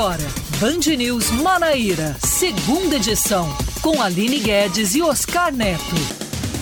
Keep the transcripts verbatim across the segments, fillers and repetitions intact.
agora, Band News Manaíra, segunda edição, com Aline Guedes e Oscar Neto.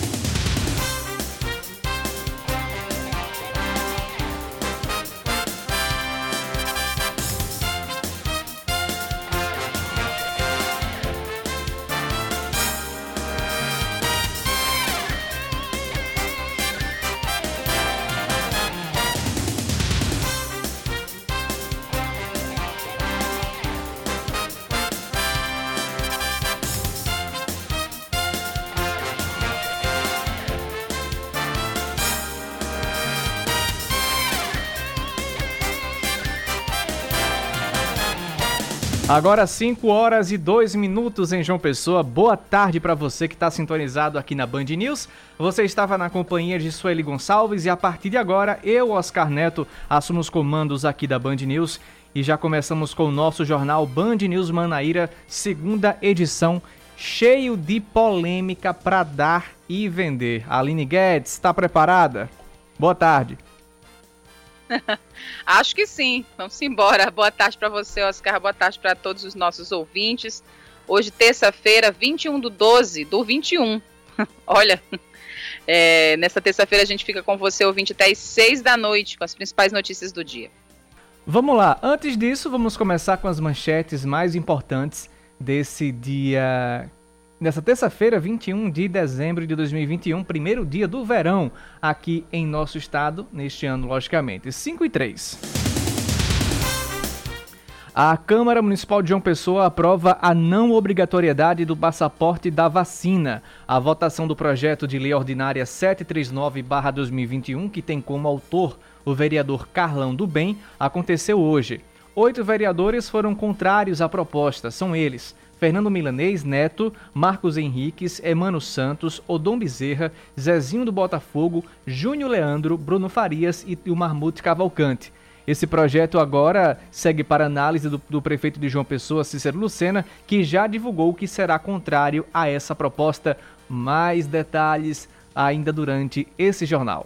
Agora cinco horas e dois minutos em João Pessoa. Boa tarde para você que está sintonizado aqui na Band News. Você estava na companhia de Sueli Gonçalves e a partir de agora eu, Oscar Neto, assumo os comandos aqui da Band News e já começamos com o nosso jornal Band News Manaíra, segunda edição, cheio de polêmica para dar e vender. Aline Guedes, está preparada? Boa tarde. Acho que sim, vamos embora. Boa tarde para você, Oscar, boa tarde para todos os nossos ouvintes. Hoje, terça-feira, vinte e um do doze do vinte e um. Olha, é, nessa terça-feira a gente fica com você, ouvinte, até às seis da noite, com as principais notícias do dia. Vamos lá, antes disso, vamos começar com as manchetes mais importantes desse dia... Nessa terça-feira, vinte e um de dezembro de dois mil e vinte e um, primeiro dia do verão aqui em nosso estado, neste ano, logicamente. cinco e três. A Câmara Municipal de João Pessoa aprova a não obrigatoriedade do passaporte da vacina. A votação do projeto de lei ordinária setecentos e trinta e nove barra dois mil e vinte e um, que tem como autor o vereador Carlão do Bem, aconteceu hoje. Oito vereadores foram contrários à proposta, são eles: Fernando Milanês Neto, Marcos Henriques, Emano Santos, Odom Bezerra, Zezinho do Botafogo, Júnior Leandro, Bruno Farias e o Marmute Cavalcante. Esse projeto agora segue para análise do, do prefeito de João Pessoa, Cícero Lucena, que já divulgou que será contrário a essa proposta. Mais detalhes ainda durante esse jornal.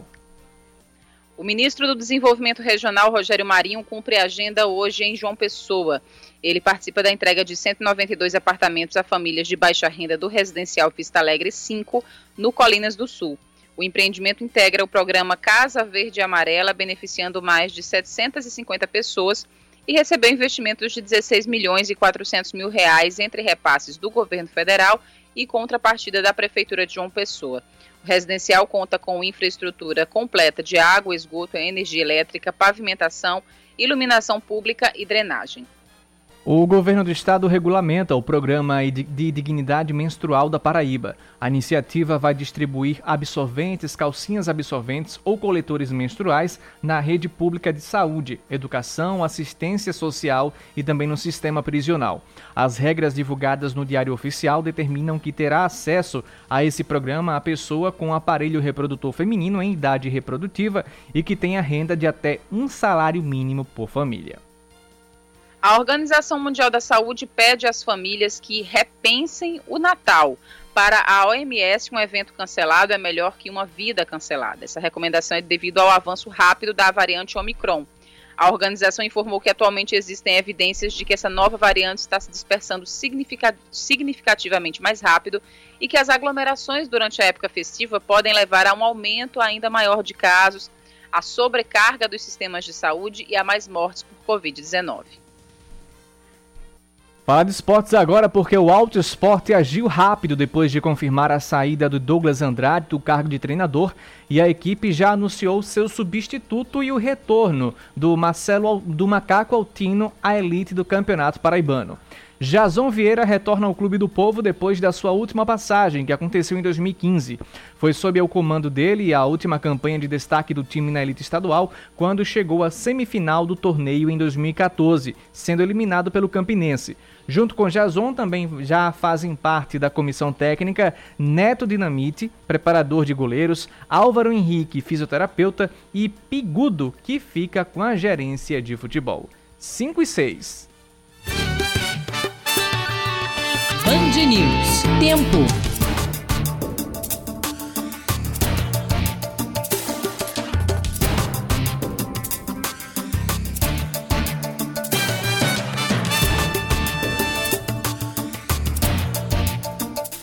O ministro do Desenvolvimento Regional, Rogério Marinho, cumpre a agenda hoje em João Pessoa. Ele participa da entrega de cento e noventa e dois apartamentos a famílias de baixa renda do Residencial Vista Alegre cinco, no Colinas do Sul. O empreendimento integra o programa Casa Verde e Amarela, beneficiando mais de setecentas e cinquenta pessoas e recebeu investimentos de dezesseis milhões e quatrocentos mil reais entre repasses do governo federal e contrapartida da Prefeitura de João Pessoa. O residencial conta com infraestrutura completa de água, esgoto, energia elétrica, pavimentação, iluminação pública e drenagem. O governo do estado regulamenta o programa de dignidade menstrual da Paraíba. A iniciativa vai distribuir absorventes, calcinhas absorventes ou coletores menstruais na rede pública de saúde, educação, assistência social e também no sistema prisional. As regras divulgadas no Diário Oficial determinam que terá acesso a esse programa a pessoa com aparelho reprodutor feminino em idade reprodutiva e que tenha renda de até um salário mínimo por família. A Organização Mundial da Saúde pede às famílias que repensem o Natal. Para a O M S, um evento cancelado é melhor que uma vida cancelada. Essa recomendação é devido ao avanço rápido da variante Omicron. A organização informou que atualmente existem evidências de que essa nova variante está se dispersando significativamente mais rápido e que as aglomerações durante a época festiva podem levar a um aumento ainda maior de casos, a sobrecarga dos sistemas de saúde e a mais mortes por covid dezenove. Falar de esportes agora porque o Alto Esporte agiu rápido depois de confirmar a saída do Douglas Andrade do cargo de treinador e a equipe já anunciou seu substituto e o retorno do Marcelo do Macaco Altino à elite do Campeonato Paraibano. Jason Vieira retorna ao Clube do Povo depois da sua última passagem, que aconteceu em dois mil e quinze. Foi sob o comando dele a última campanha de destaque do time na elite estadual, quando chegou à semifinal do torneio em dois mil e quatorze, sendo eliminado pelo Campinense. Junto com Jason também já fazem parte da comissão técnica Neto Dinamite, preparador de goleiros, Álvaro Henrique, fisioterapeuta, e Pigudo, que fica com a gerência de futebol. cinco e seis. Band News. Tempo.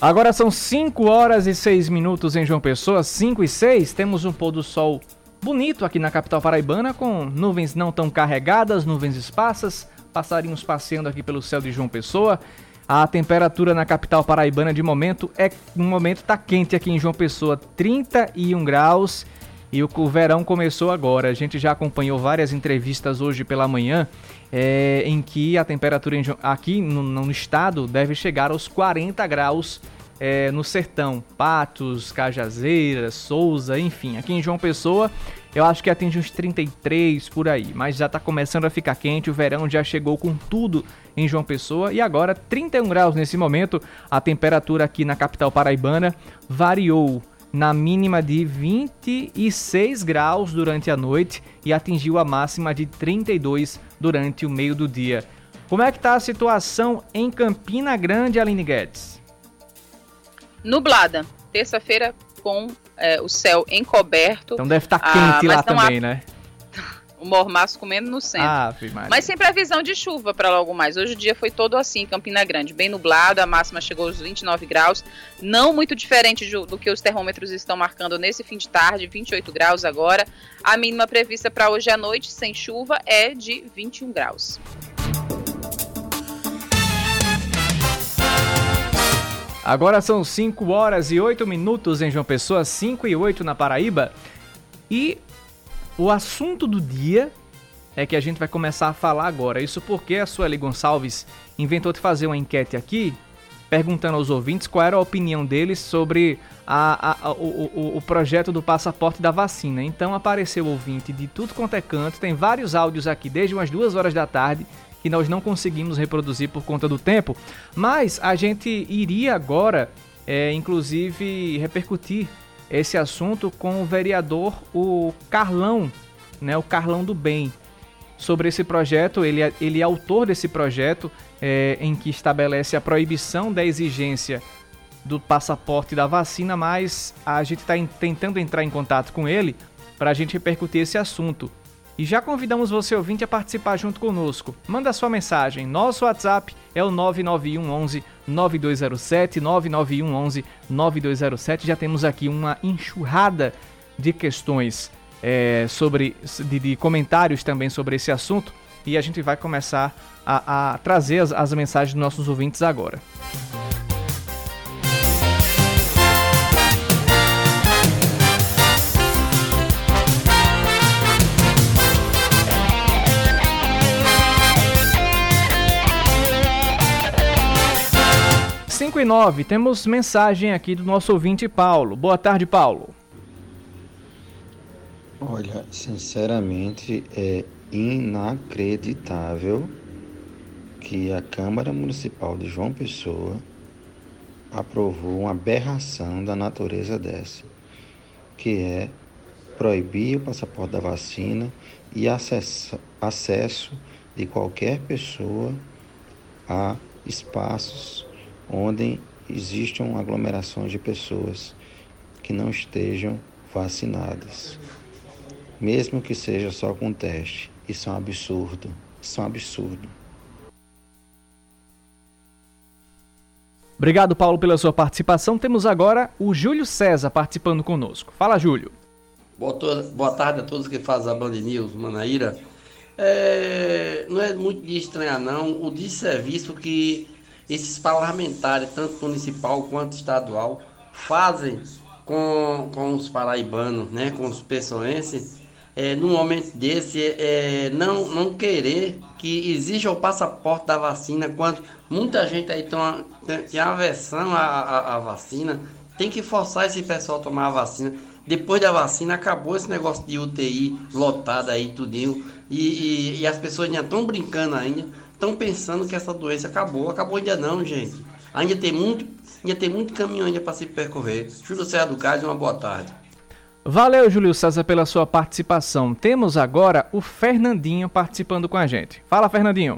Agora são cinco horas e seis minutos em João Pessoa, cinco e seis. Temos um pôr do sol bonito aqui na capital paraibana, com nuvens não tão carregadas, nuvens esparsas, passarinhos passeando aqui pelo céu de João Pessoa. A temperatura na capital paraibana de momento é, no momento está quente aqui em João Pessoa, trinta e um graus, e o, o verão começou agora. A gente já acompanhou várias entrevistas hoje pela manhã, é, em que a temperatura em, aqui no, no estado deve chegar aos quarenta graus é, no sertão, Patos, Cajazeiras, Souza, enfim. Aqui em João Pessoa eu acho que atinge uns trinta e três por aí, mas já está começando a ficar quente, o verão já chegou com tudo em João Pessoa e agora trinta e um graus nesse momento. A temperatura aqui na capital paraibana variou na mínima de vinte e seis graus durante a noite e atingiu a máxima de trinta e dois durante o meio do dia. Como é que está a situação em Campina Grande, Aline Guedes? Nublada, terça-feira com é, o céu encoberto. Então deve estar tá quente ah, lá também, há... né? O mormaço comendo no centro. Ah, mas sem previsão de chuva para logo mais. Hoje o dia foi todo assim em Campina Grande, bem nublado, a máxima chegou aos vinte e nove graus, não muito diferente do que os termômetros estão marcando nesse fim de tarde, vinte e oito graus agora. A mínima prevista para hoje à noite, sem chuva, é de vinte e um graus. Agora são cinco horas e oito minutos em João Pessoa, cinco e oito na Paraíba. E o assunto do dia é que a gente vai começar a falar agora. Isso porque a Sueli Gonçalves inventou de fazer uma enquete aqui, perguntando aos ouvintes qual era a opinião deles sobre a, a, a, o, o projeto do passaporte da vacina. Então apareceu ouvinte de tudo quanto é canto, tem vários áudios aqui desde umas duas horas da tarde, que nós não conseguimos reproduzir por conta do tempo, mas a gente iria agora, é, inclusive, repercutir esse assunto com o vereador, o Carlão, né, o Carlão do Bem, sobre esse projeto. Ele, ele é autor desse projeto, é, em que estabelece a proibição da exigência do passaporte da vacina, mas a gente está tentando entrar em contato com ele para a gente repercutir esse assunto. E já convidamos você, ouvinte, a participar junto conosco. Manda sua mensagem. Nosso WhatsApp é o nove nove um onze nove dois zero sete, nove nove um onze nove dois zero sete. Já temos aqui uma enxurrada de questões, é, sobre, de, de comentários também sobre esse assunto. E a gente vai começar a, a trazer as, as mensagens dos nossos ouvintes agora. cinco e nove, temos mensagem aqui do nosso ouvinte Paulo. Boa tarde, Paulo. Olha, sinceramente é inacreditável que a Câmara Municipal de João Pessoa aprovou uma aberração da natureza dessa, que é proibir o passaporte da vacina e acesso, acesso de qualquer pessoa a espaços onde existam aglomerações de pessoas que não estejam vacinadas, mesmo que seja só com teste. Isso é um absurdo, isso é um absurdo. Obrigado, Paulo, pela sua participação. Temos agora o Júlio César participando conosco. Fala, Júlio. Boa, to- boa tarde a todos que fazem a Band News, Manaíra. É, não é muito de estranhar, não, o desserviço que esses parlamentares, tanto municipal quanto estadual, fazem com, com os paraibanos, né, com os pessoenses, é, num momento desse, é, não, não querer que exija o passaporte da vacina, quando muita gente aí toma, tem, tem aversão à, à, à vacina, tem que forçar esse pessoal a tomar a vacina. Depois da vacina, acabou esse negócio de U T I lotada aí, tudinho, e, e, e as pessoas ainda estão brincando ainda, estão pensando que essa doença acabou. Acabou ainda não, gente. Ainda tem muito, ainda tem muito caminho ainda para se percorrer. Júlio César do Cais, uma boa tarde. Valeu, Júlio César, pela sua participação. Temos agora o Fernandinho participando com a gente. Fala, Fernandinho.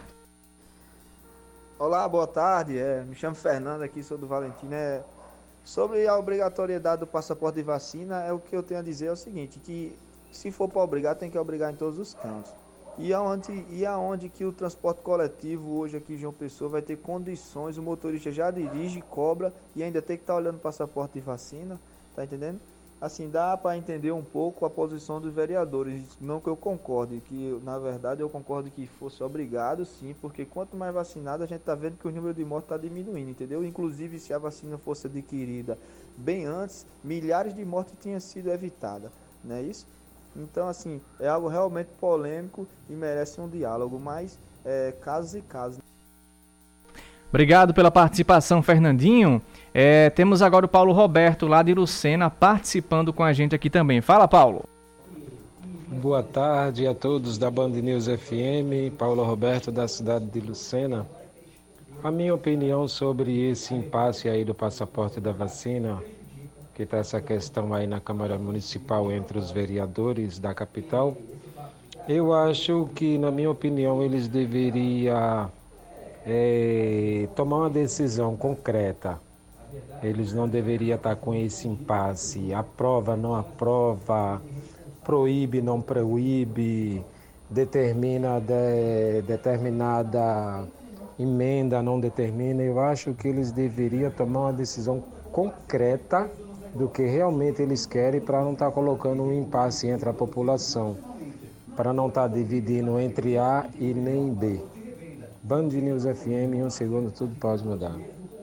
Olá, boa tarde. É, me chamo Fernando aqui, sou do Valentim. É, sobre a obrigatoriedade do passaporte de vacina, é o que eu tenho a dizer é o seguinte, que se for para obrigar, tem que obrigar em todos os cantos. E aonde, e aonde que o transporte coletivo hoje aqui em João Pessoa vai ter condições, o motorista já dirige, cobra e ainda tem que estar olhando o passaporte de vacina, tá entendendo? Assim, dá para entender um pouco a posição dos vereadores, não que eu concorde, que na verdade eu concordo que fosse obrigado sim, porque quanto mais vacinado a gente está vendo que o número de mortes está diminuindo, entendeu? Inclusive se a vacina fosse adquirida bem antes, milhares de mortes tinham sido evitadas, não é isso? Então, assim, é algo realmente polêmico e merece um diálogo, mas é, casos e casos. Obrigado pela participação, Fernandinho. É, temos agora o Paulo Roberto, lá de Lucena, participando com a gente aqui também. Fala, Paulo. Boa tarde a todos da Band News F M, Paulo Roberto, da cidade de Lucena. A minha opinião sobre esse impasse aí do passaporte da vacina, que está essa questão aí na Câmara Municipal entre os vereadores da capital, eu acho que, na minha opinião, eles deveriam é, tomar uma decisão concreta. Eles não deveriam estar com esse impasse, aprova, não aprova, proíbe, não proíbe, determina de, determinada emenda, não determina. Eu acho que eles deveriam tomar uma decisão concreta do que realmente eles querem, para não estar colocando um impasse entre a população, para não estar dividindo entre A e nem B. Band News F M, em um segundo tudo pode mudar.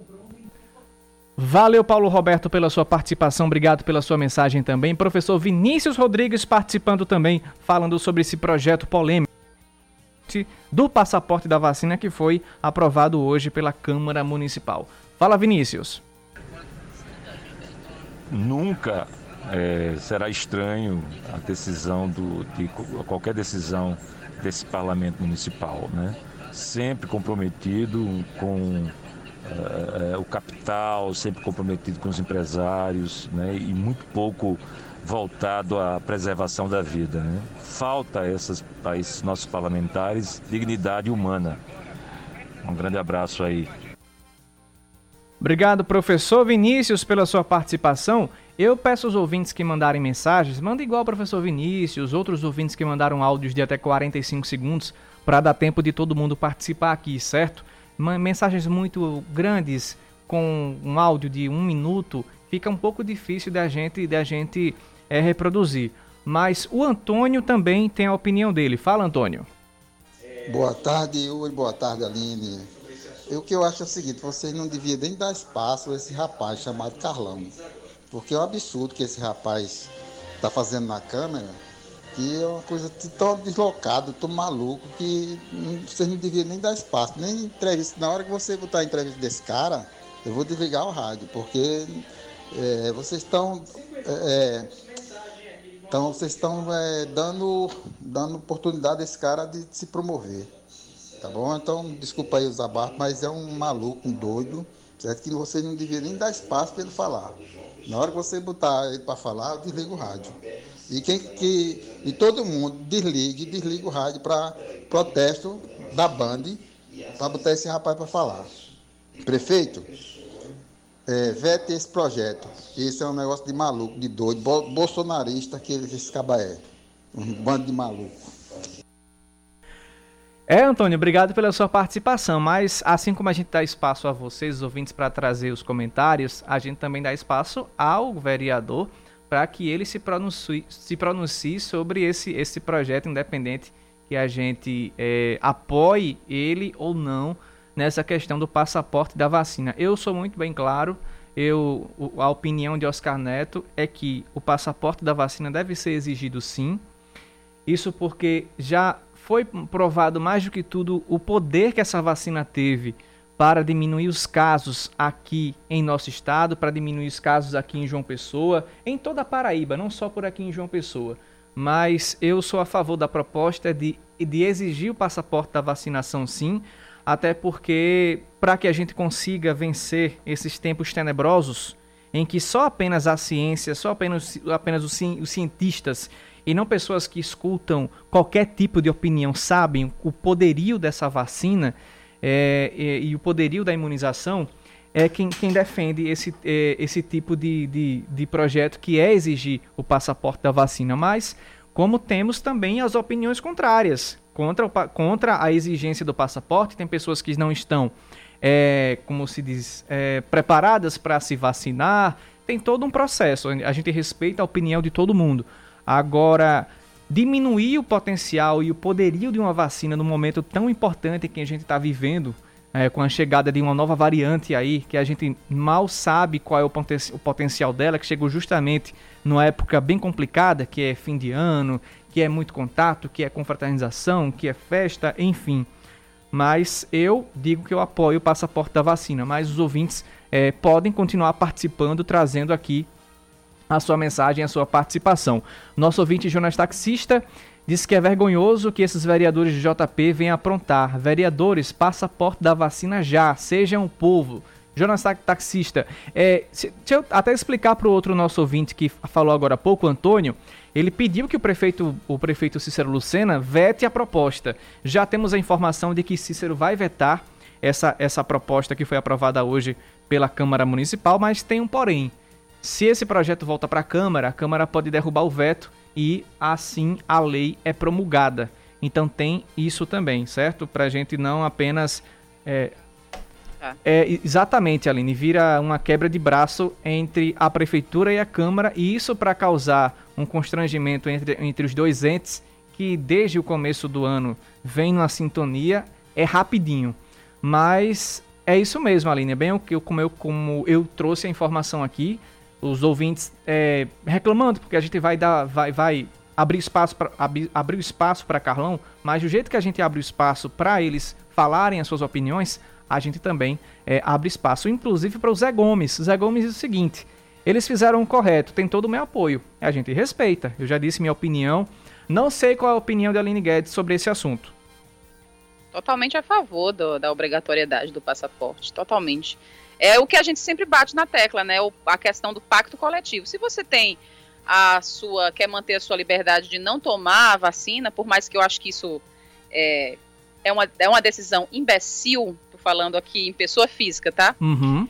Valeu, Paulo Roberto, pela sua participação, obrigado pela sua mensagem também. Professor Vinícius Rodrigues participando também, falando sobre esse projeto polêmico do passaporte da vacina que foi aprovado hoje pela Câmara Municipal. Fala, Vinícius. Nunca é, será estranho a decisão do, de qualquer decisão desse parlamento municipal, né? Sempre comprometido com é, o capital, sempre comprometido com os empresários, né? E muito pouco voltado à preservação da vida, né? Falta a, essas, a esses nossos parlamentares dignidade humana. Um grande abraço aí. Obrigado, professor Vinícius, pela sua participação. Eu peço aos ouvintes que mandarem mensagens, manda igual o professor Vinícius, outros ouvintes que mandaram áudios de até quarenta e cinco segundos, para dar tempo de todo mundo participar aqui, certo? Mensagens muito grandes, com um áudio de um minuto, fica um pouco difícil da gente, da gente é, reproduzir. Mas o Antônio também tem a opinião dele. Fala, Antônio. Boa tarde, Yuri. Boa tarde, Aline. O que eu acho é o seguinte, vocês não deviam nem dar espaço a esse rapaz chamado Carlão, porque é um absurdo que esse rapaz está fazendo na Câmara, que é uma coisa tão deslocada, tão maluco, que não, vocês não deviam nem dar espaço, nem entrevista. Na hora que você botar a entrevista desse cara, eu vou desligar o rádio, porque é, vocês estão é, então, vocês estão é, dando, dando oportunidade a esse cara de se promover. Tá bom? Então, desculpa aí os abafos, mas é um maluco, um doido, certo? Que você não devia nem dar espaço para ele falar. Na hora que você botar ele para falar, desliga o rádio. E, quem, que, e todo mundo desligue, desliga o rádio para protesto da Band, para botar esse rapaz para falar. Prefeito, é, vete esse projeto. Esse é um negócio de maluco, de doido, bolsonarista, que esse caba é. Um bando de maluco. É, Antônio, obrigado pela sua participação, mas assim como a gente dá espaço a vocês, os ouvintes, para trazer os comentários, a gente também dá espaço ao vereador para que ele se pronuncie, se pronuncie sobre esse, esse projeto, independente que a gente é, apoie ele ou não nessa questão do passaporte da vacina. Eu sou muito bem claro, eu, a opinião de Oscar Neto é que o passaporte da vacina deve ser exigido sim, isso porque já foi provado mais do que tudo o poder que essa vacina teve para diminuir os casos aqui em nosso estado, para diminuir os casos aqui em João Pessoa, em toda a Paraíba, não só por aqui em João Pessoa. Mas eu sou a favor da proposta de, de exigir o passaporte da vacinação sim, até porque para que a gente consiga vencer esses tempos tenebrosos em que só apenas a ciência, só apenas, apenas os, os cientistas e não pessoas que escutam qualquer tipo de opinião sabem o poderio dessa vacina é, e, e o poderio da imunização, é quem, quem defende esse, é, esse tipo de, de, de projeto que é exigir o passaporte da vacina. Mas como temos também as opiniões contrárias, contra, o, contra a exigência do passaporte, tem pessoas que não estão, é, como se diz, é, preparadas para se vacinar, tem todo um processo, a gente respeita a opinião de todo mundo. Agora, diminuir o potencial e o poderio de uma vacina num momento tão importante que a gente está vivendo, é, com a chegada de uma nova variante aí, que a gente mal sabe qual é o, poten- o potencial dela, que chegou justamente numa época bem complicada, que é fim de ano, que é muito contato, que é confraternização, que é festa, enfim. Mas eu digo que eu apoio o passaporte da vacina, mas os ouvintes é, podem continuar participando, trazendo aqui a sua mensagem, a sua participação. Nosso ouvinte Jonas Taxista diz que é vergonhoso que esses vereadores de J P venham aprontar. Vereadores, passaporte da vacina já, sejam o povo. Jonas Taxista, é, se, deixa eu até explicar para o outro nosso ouvinte que falou agora há pouco, Antônio. Ele pediu que o prefeito, o prefeito Cícero Lucena vete a proposta. Já temos a informação de que Cícero vai vetar essa, essa proposta que foi aprovada hoje pela Câmara Municipal, mas tem um porém. Se esse projeto volta para a Câmara, a Câmara pode derrubar o veto e assim a lei é promulgada. Então tem isso também, certo? Para a gente não apenas... É, ah. é, exatamente, Aline, vira uma quebra de braço entre a Prefeitura e a Câmara, e isso para causar um constrangimento entre, entre os dois entes que desde o começo do ano vem numa sintonia, é rapidinho. Mas é isso mesmo, Aline, é bem o que eu, como, eu, como eu trouxe a informação aqui, os ouvintes é, reclamando, porque a gente vai dar, vai, vai abrir espaço para abrir, abrir espaço para Carlão, mas do jeito que a gente abre o espaço para eles falarem as suas opiniões, a gente também é, abre espaço, inclusive para o Zé Gomes. Zé Gomes diz o seguinte: eles fizeram o correto, tem todo o meu apoio, a gente respeita. Eu já disse minha opinião, não sei qual é a opinião da Aline Guedes sobre esse assunto. Totalmente a favor do, da obrigatoriedade do passaporte, totalmente. É o que a gente sempre bate na tecla, né? O, a questão do pacto coletivo. Se você tem a sua, quer manter a sua liberdade de não tomar a vacina, por mais que eu acho que isso é, é, uma, é uma decisão imbecil, tô falando aqui em pessoa física, tá? Uhum.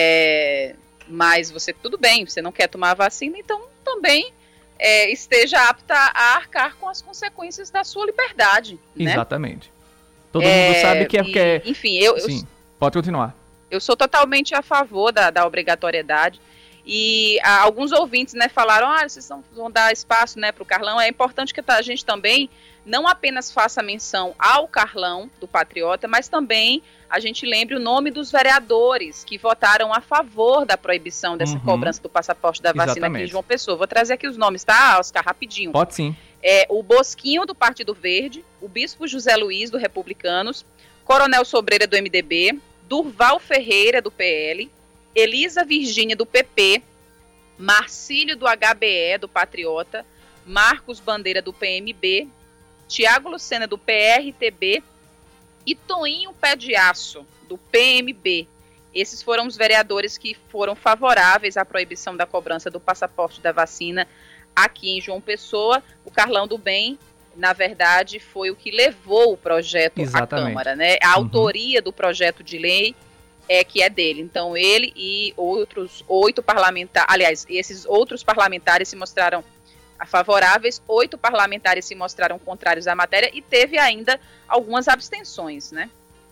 É, mas você, tudo bem, você não quer tomar a vacina, então também é, esteja apta a arcar com as consequências da sua liberdade, né? Exatamente. Todo é, mundo sabe que é... E, que é... Enfim, eu... Sim, eu, pode continuar. Eu sou totalmente a favor da, da obrigatoriedade. E ah, alguns ouvintes, né, falaram, ah, vocês vão dar espaço, né, para o Carlão. É importante que a gente também não apenas faça menção ao Carlão, do Patriota, mas também a gente lembre o nome dos vereadores que votaram a favor da proibição dessa uhum. cobrança do passaporte da vacina. Exatamente. Aqui em João Pessoa. Vou trazer aqui os nomes, tá, Oscar, rapidinho. Pode sim. É, o Bosquinho, do Partido Verde, o Bispo José Luiz, do Republicanos, Coronel Sobreira, do M D B, Durval Ferreira, do P L, Elisa Virgínia, do P P, Marcílio, do H B E, do Patriota, Marcos Bandeira, do P M B, Tiago Lucena, do P R T B e Toinho Pé de Aço, do P M B. Esses foram os vereadores que foram favoráveis à proibição da cobrança do passaporte da vacina aqui em João Pessoa. O Carlão do Bem, na verdade, foi o que levou o projeto Exatamente. à Câmara, né? A uhum. autoria do projeto de lei é que é dele. Então, ele e outros oito parlamentares, aliás, esses outros parlamentares se mostraram favoráveis, oito parlamentares se mostraram contrários à matéria e teve ainda algumas abstenções, né?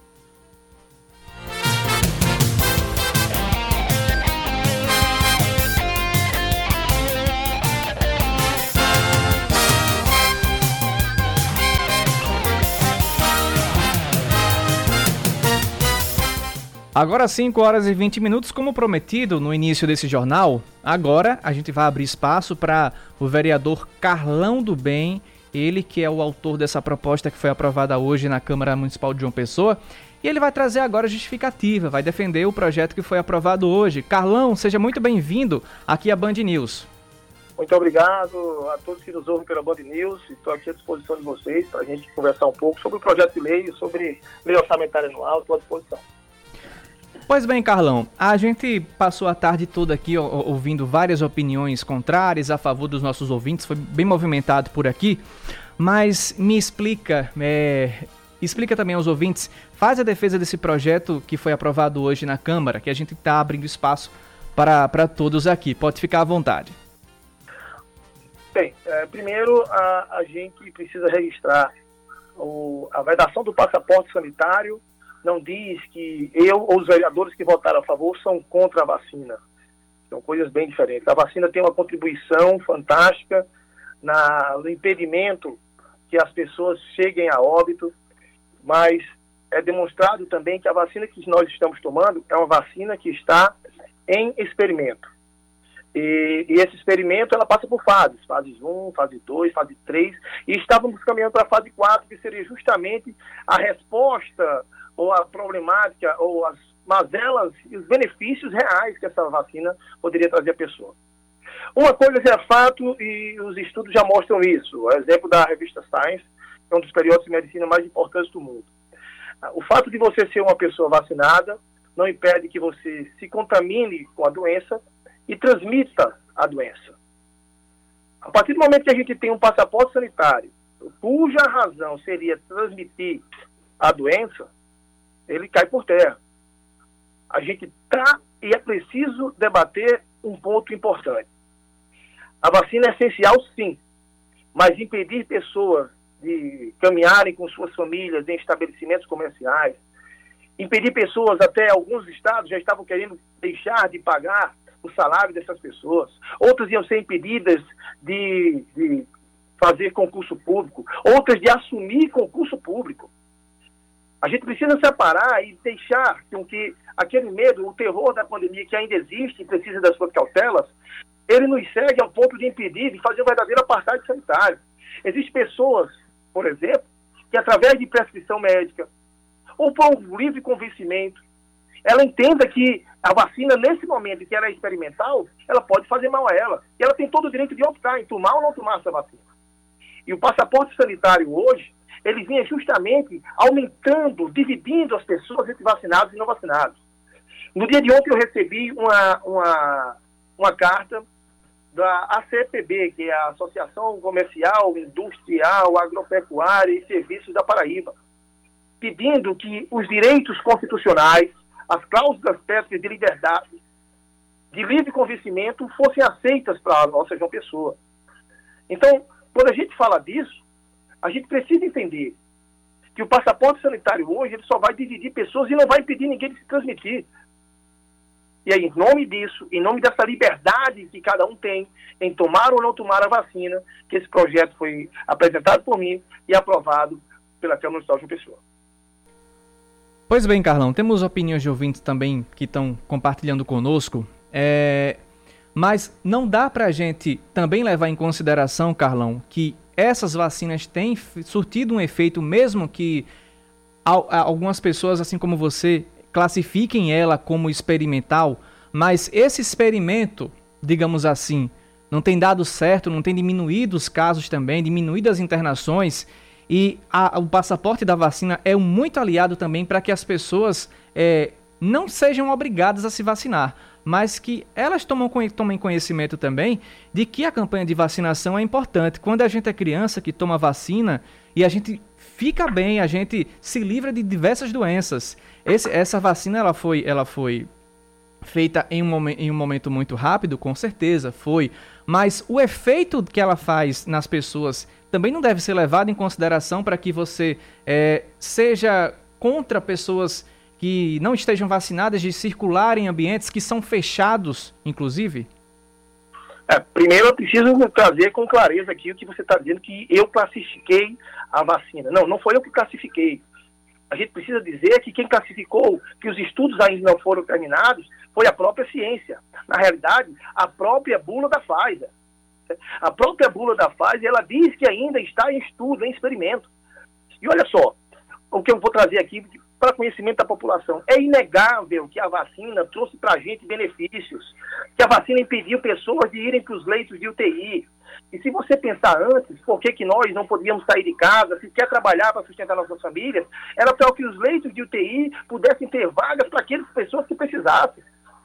Agora cinco horas e vinte minutos, como prometido no início desse jornal, agora a gente vai abrir espaço para o vereador Carlão do Bem, ele que é o autor dessa proposta que foi aprovada hoje na Câmara Municipal de João Pessoa, e ele vai trazer agora a justificativa, vai defender o projeto que foi aprovado hoje. Carlão, seja muito bem-vindo aqui à Band News. Muito obrigado a todos que nos ouvem pela Band News. Estou aqui à disposição de vocês para a gente conversar um pouco sobre o projeto de lei e sobre lei orçamentária anual. Estou à disposição. Pois bem, Carlão, a gente passou a tarde toda aqui ó, ouvindo várias opiniões contrárias a favor dos nossos ouvintes, foi bem movimentado por aqui, mas me explica, é, explica também aos ouvintes, faz a defesa desse projeto que foi aprovado hoje na Câmara, que a gente está abrindo espaço para, para todos aqui, pode ficar à vontade. Bem, é, primeiro a, a gente precisa registrar o, a vedação do passaporte sanitário não diz que eu ou os vereadores que votaram a favor são contra a vacina. São coisas bem diferentes. A vacina tem uma contribuição fantástica na, no impedimento que as pessoas cheguem a óbito, mas é demonstrado também que a vacina que nós estamos tomando é uma vacina que está em experimento. E, e esse experimento, ela passa por fases, fase um, fase dois, fase três, e estávamos caminhando para a fase quatro, que seria justamente a resposta, ou a problemática, ou as mazelas e os benefícios reais que essa vacina poderia trazer à pessoa. Uma coisa é fato, e os estudos já mostram isso. O exemplo da revista Science, que é um dos periódicos de medicina mais importantes do mundo. O fato de você ser uma pessoa vacinada não impede que você se contamine com a doença e transmita a doença. A partir do momento que a gente tem um passaporte sanitário, cuja razão seria transmitir a doença, ele cai por terra. A gente está, e é preciso debater um ponto importante. A vacina é essencial, sim, mas impedir pessoas de caminharem com suas famílias em estabelecimentos comerciais, impedir pessoas, até alguns estados já estavam querendo deixar de pagar o salário dessas pessoas, outras iam ser impedidas de, de fazer concurso público, outras de assumir concurso público. A gente precisa separar e deixar com que aquele medo, o terror da pandemia que ainda existe e precisa das suas cautelas, ele nos segue ao ponto de impedir de fazer um verdadeiro apartheid sanitário. Existem pessoas, por exemplo, que através de prescrição médica ou por um livre convencimento, ela entenda que a vacina, nesse momento em que ela é experimental, ela pode fazer mal a ela. E ela tem todo o direito de optar em tomar ou não tomar essa vacina. E o passaporte sanitário hoje, ele vinha justamente aumentando, dividindo as pessoas entre vacinados e não vacinados. No dia de ontem eu recebi uma, uma, uma carta da A C P B, que é a Associação Comercial, Industrial, Agropecuária e Serviços da Paraíba, pedindo que os direitos constitucionais, as cláusulas técnicas de liberdade, de livre convencimento, fossem aceitas para a nossa João Pessoa. Então, quando a gente fala disso, a gente precisa entender que o passaporte sanitário hoje ele só vai dividir pessoas e não vai impedir ninguém de se transmitir. E aí, em nome disso, em nome dessa liberdade que cada um tem em tomar ou não tomar a vacina, que esse projeto foi apresentado por mim e aprovado pela Câmara Municipal de João Pessoa. Pois bem, Carlão, temos opiniões de ouvintes também que estão compartilhando conosco, é... mas não dá para a gente também levar em consideração, Carlão, que essas vacinas têm surtido um efeito, mesmo que algumas pessoas, assim como você, classifiquem ela como experimental, mas esse experimento, digamos assim, não tem dado certo, não tem diminuído os casos também, diminuído as internações, e a, o passaporte da vacina é um muito aliado também para que as pessoas é, não sejam obrigadas a se vacinar, mas que elas tomam, tomem conhecimento também de que a campanha de vacinação é importante. Quando a gente é criança que toma vacina e a gente fica bem, a gente se livra de diversas doenças. Esse, essa vacina ela foi, ela foi feita em um, momen, em um momento muito rápido, com certeza foi, mas o efeito que ela faz nas pessoas também não deve ser levado em consideração para que você é, seja contra pessoas que não estejam vacinadas de circular em ambientes que são fechados, inclusive? É, primeiro eu preciso trazer com clareza aqui o que você está dizendo, que eu classifiquei a vacina. Não, não foi eu que classifiquei. A gente precisa dizer que quem classificou, que os estudos ainda não foram terminados, foi a própria ciência. Na realidade, a própria bula da Pfizer. A própria bula da Pfizer, ela diz que ainda está em estudo, em experimento. E olha só, o que eu vou trazer aqui para conhecimento da população. É inegável que a vacina trouxe para a gente benefícios, que a vacina impediu pessoas de irem para os leitos de U T I. E se você pensar antes, por que, que nós não podíamos sair de casa, se quer trabalhar para sustentar nossas famílias, era para que os leitos de U T I pudessem ter vagas para aquelas pessoas que precisassem.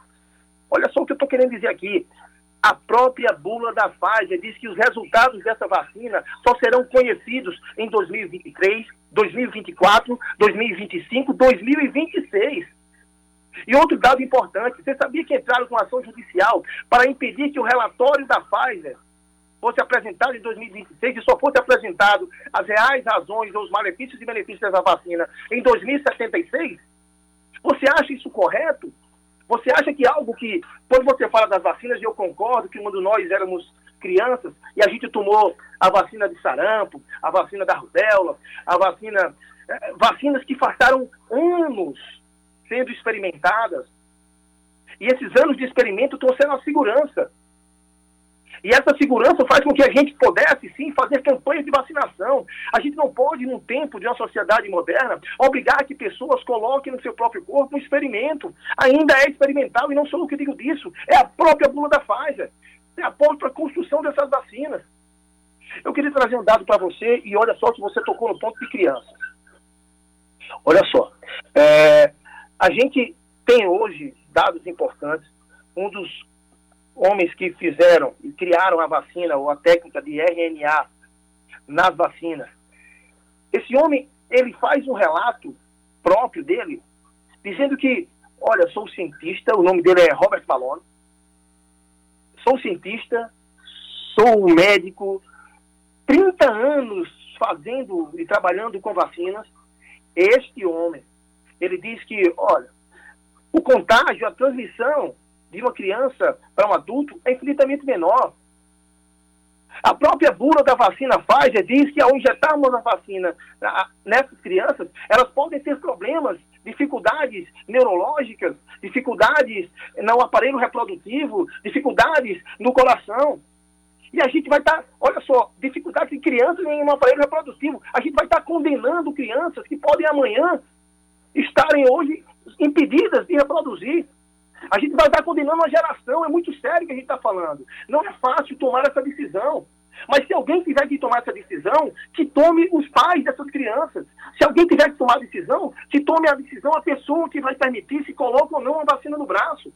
Olha só o que eu estou querendo dizer aqui. A própria bula da Pfizer diz que os resultados dessa vacina só serão conhecidos em dois mil e vinte e três, dois mil e vinte e quatro, dois mil e vinte e cinco, dois mil e vinte e seis. E outro dado importante, você sabia que entraram com ação judicial para impedir que o relatório da Pfizer fosse apresentado em dois mil e vinte e seis e só fosse apresentado as reais razões ou os malefícios e benefícios dessa vacina em dois mil e setenta e seis, você acha isso correto? Você acha que algo que, quando você fala das vacinas, e eu concordo que quando nós éramos crianças e a gente tomou a vacina de sarampo, a vacina da rubéola, a vacina, eh, vacinas que passaram anos sendo experimentadas, e esses anos de experimento trouxeram a segurança. E essa segurança faz com que a gente pudesse, sim, fazer campanhas de vacinação. A gente não pode, num tempo de uma sociedade moderna, obrigar que pessoas coloquem no seu próprio corpo um experimento. Ainda é experimental, e não sou eu que digo disso. É a própria bula da Pfizer. É a própria construção dessas vacinas. Eu queria trazer um dado para você, e olha só que você tocou no ponto de crianças. Olha só. É, a gente tem hoje dados importantes. Um dos homens que fizeram e criaram a vacina, ou a técnica de R N A nas vacinas. Esse homem, ele faz um relato próprio dele, dizendo que, olha, sou cientista, o nome dele é Robert Malone, sou cientista, sou médico, trinta anos fazendo e trabalhando com vacinas. Este homem, ele diz que, olha, o contágio, a transmissão de uma criança para um adulto é infinitamente menor. A própria bula da vacina Pfizer diz que ao injetarmos a vacina nessas crianças, elas podem ter problemas, dificuldades neurológicas, dificuldades no aparelho reprodutivo, dificuldades no coração. E a gente vai estar, tá, olha só, dificuldades de crianças em um aparelho reprodutivo. A gente vai estar tá condenando crianças que podem amanhã estarem hoje impedidas de reproduzir. A gente vai estar condenando uma geração, é muito sério o que a gente está falando. Não é fácil tomar essa decisão. Mas se alguém tiver que tomar essa decisão, que tome os pais dessas crianças. Se alguém tiver que tomar a decisão, que tome a decisão a pessoa que vai permitir se coloca ou não a vacina no braço.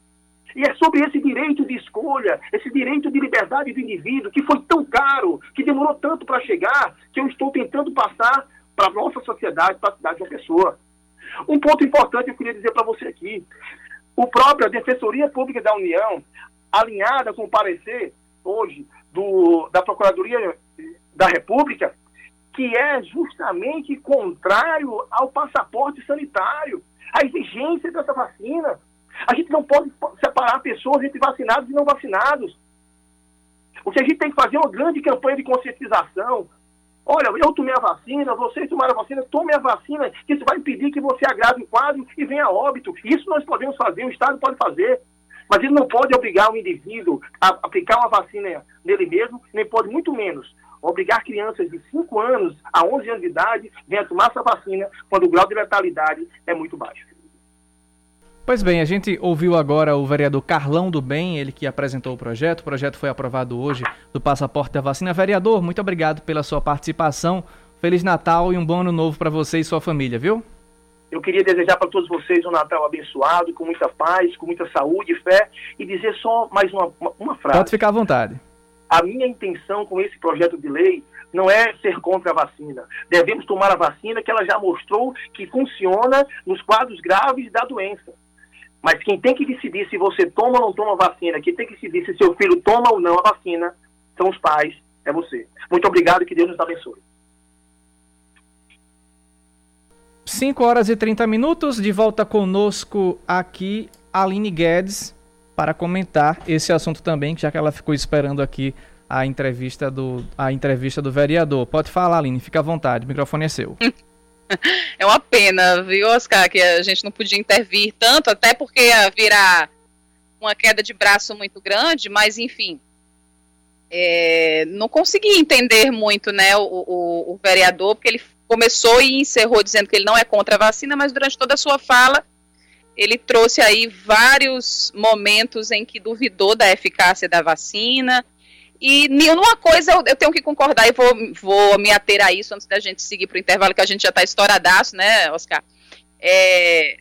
E é sobre esse direito de escolha, esse direito de liberdade do indivíduo, que foi tão caro, que demorou tanto para chegar, que eu estou tentando passar para a nossa sociedade, para a cidade de uma pessoa. Um ponto importante eu queria dizer para você aqui. O próprio a Defensoria Pública da União, alinhada com o parecer hoje do, da Procuradoria da República, que é justamente contrário ao passaporte sanitário, à exigência dessa vacina. A gente não pode separar pessoas entre vacinados e não vacinados. O que a gente tem que fazer é uma grande campanha de conscientização. Olha, eu tomei a vacina, vocês tomaram a vacina, tome a vacina, que isso vai impedir que você agrave o quadro e venha a óbito. Isso nós podemos fazer, o Estado pode fazer. Mas ele não pode obrigar o indivíduo a aplicar uma vacina nele mesmo, nem pode, muito menos, obrigar crianças de cinco anos a onze anos de idade a tomar essa vacina quando o grau de letalidade é muito baixo. Pois bem, a gente ouviu agora o vereador Carlão do Bem, ele que apresentou o projeto. O projeto foi aprovado hoje do passaporte da vacina. Vereador, muito obrigado pela sua participação. Feliz Natal e um bom ano novo para você e sua família, viu? Eu queria desejar para todos vocês um Natal abençoado, com muita paz, com muita saúde e fé, e dizer só mais uma, uma, uma frase. Pode ficar à vontade. A minha intenção com esse projeto de lei não é ser contra a vacina. Devemos tomar a vacina que ela já mostrou que funciona nos quadros graves da doença. Mas quem tem que decidir se você toma ou não toma a vacina, quem tem que decidir se seu filho toma ou não a vacina, são os pais, é você. Muito obrigado e que Deus nos abençoe. cinco horas e trinta minutos, de volta conosco aqui, Aline Guedes, para comentar esse assunto também, já que ela ficou esperando aqui a entrevista do, a entrevista do vereador. Pode falar, Aline, fica à vontade, o microfone é seu. É uma pena, viu, Oscar, que a gente não podia intervir tanto, até porque ia virar uma queda de braço muito grande, mas enfim, é, não consegui entender muito, né, o, o, o vereador, porque ele começou e encerrou dizendo que ele não é contra a vacina, mas durante toda a sua fala, ele trouxe aí vários momentos em que duvidou da eficácia da vacina. E numa coisa eu, eu tenho que concordar e vou, vou me ater a isso antes da gente seguir para o intervalo, que a gente já está estouradaço, né, Oscar? É...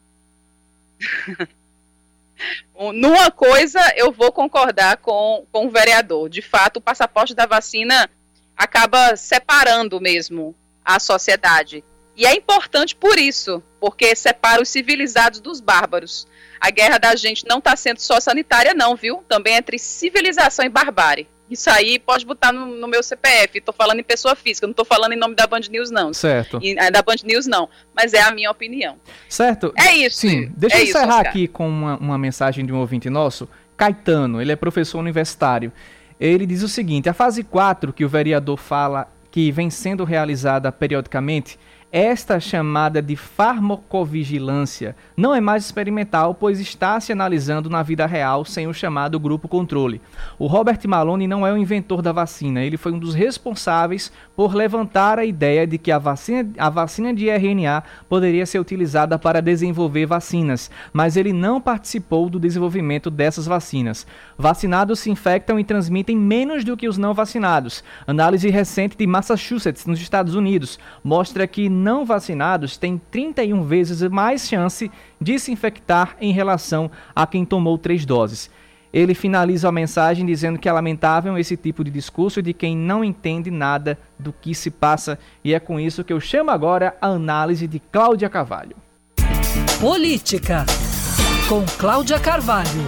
numa coisa eu vou concordar com, com o vereador. De fato, o passaporte da vacina acaba separando mesmo a sociedade. E é importante por isso, porque separa os civilizados dos bárbaros. A guerra da gente não está sendo só sanitária não, viu? Também entre civilização e barbárie. Isso aí pode botar no, no meu C P F. Estou falando em pessoa física, não estou falando em nome da Band News, não. Certo. E, da Band News, não. Mas é a minha opinião. Certo. É isso. Sim. Deixa é eu encerrar isso, aqui com uma, uma mensagem de um ouvinte nosso, Caetano. Ele é professor universitário. Ele diz o seguinte: a fase quatro que o vereador fala que vem sendo realizada periodicamente, esta chamada de farmacovigilância não é mais experimental, pois está se analisando na vida real sem o chamado grupo controle. O Robert Malone não é o inventor da vacina, ele foi um dos responsáveis por levantar a ideia de que a vacina, a vacina de R N A poderia ser utilizada para desenvolver vacinas, mas ele não participou do desenvolvimento dessas vacinas. Vacinados se infectam e transmitem menos do que os não vacinados. Análise recente de Massachusetts, nos Estados Unidos, mostra que não vacinados têm trinta e uma vezes mais chance de se infectar em relação a quem tomou três doses. Ele finaliza a mensagem dizendo que é lamentável esse tipo de discurso de quem não entende nada do que se passa, e é com isso que eu chamo agora a análise de Cláudia Carvalho. Política, com Cláudia Carvalho.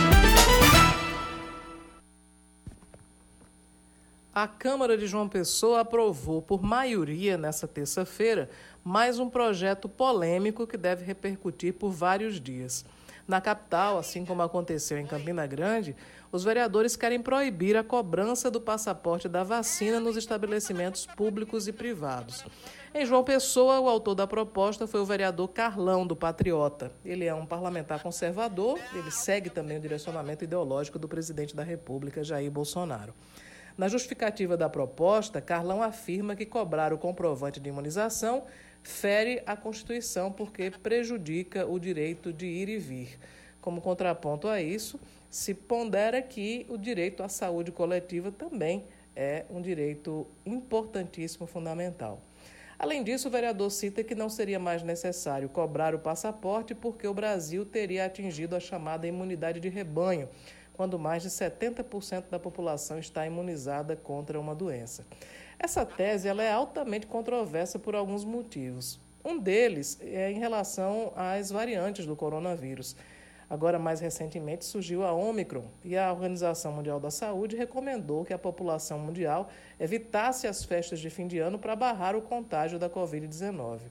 A Câmara de João Pessoa aprovou por maioria nesta terça-feira mais um projeto polêmico que deve repercutir por vários dias. Na capital, assim como aconteceu em Campina Grande, os vereadores querem proibir a cobrança do passaporte da vacina nos estabelecimentos públicos e privados. Em João Pessoa, o autor da proposta foi o vereador Carlão, do Patriota. Ele é um parlamentar conservador, ele segue também o direcionamento ideológico do presidente da República, Jair Bolsonaro. Na justificativa da proposta, Carlão afirma que cobrar o comprovante de imunização fere a Constituição porque prejudica o direito de ir e vir. Como contraponto a isso, se pondera que o direito à saúde coletiva também é um direito importantíssimo, fundamental. Além disso, o vereador cita que não seria mais necessário cobrar o passaporte porque o Brasil teria atingido a chamada imunidade de rebanho, quando mais de setenta por cento da população está imunizada contra uma doença. Essa tese ela é altamente controversa por alguns motivos. Um deles é em relação às variantes do coronavírus. Agora, mais recentemente, surgiu a Ômicron e a Organização Mundial da Saúde recomendou que a população mundial evitasse as festas de fim de ano para barrar o contágio da covid dezenove.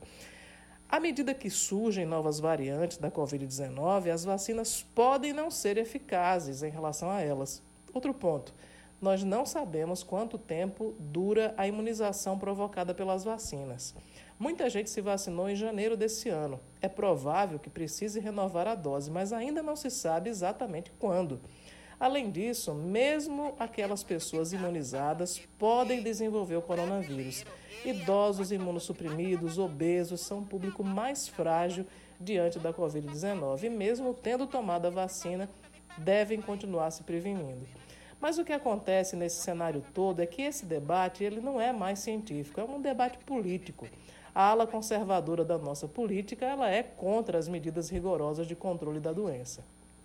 À medida que surgem novas variantes da covid dezenove, as vacinas podem não ser eficazes em relação a elas. Outro ponto, nós não sabemos quanto tempo dura a imunização provocada pelas vacinas. Muita gente se vacinou em janeiro desse ano. É provável que precise renovar a dose, mas ainda não se sabe exatamente quando. Além disso, mesmo aquelas pessoas imunizadas podem desenvolver o coronavírus. Idosos imunossuprimidos, obesos, são um público mais frágil diante da covid dezenove e mesmo tendo tomado a vacina, devem continuar se prevenindo. Mas o que acontece nesse cenário todo é que esse debate ele não é mais científico, é um debate político. A ala conservadora da nossa política ela é contra as medidas rigorosas de controle da doença.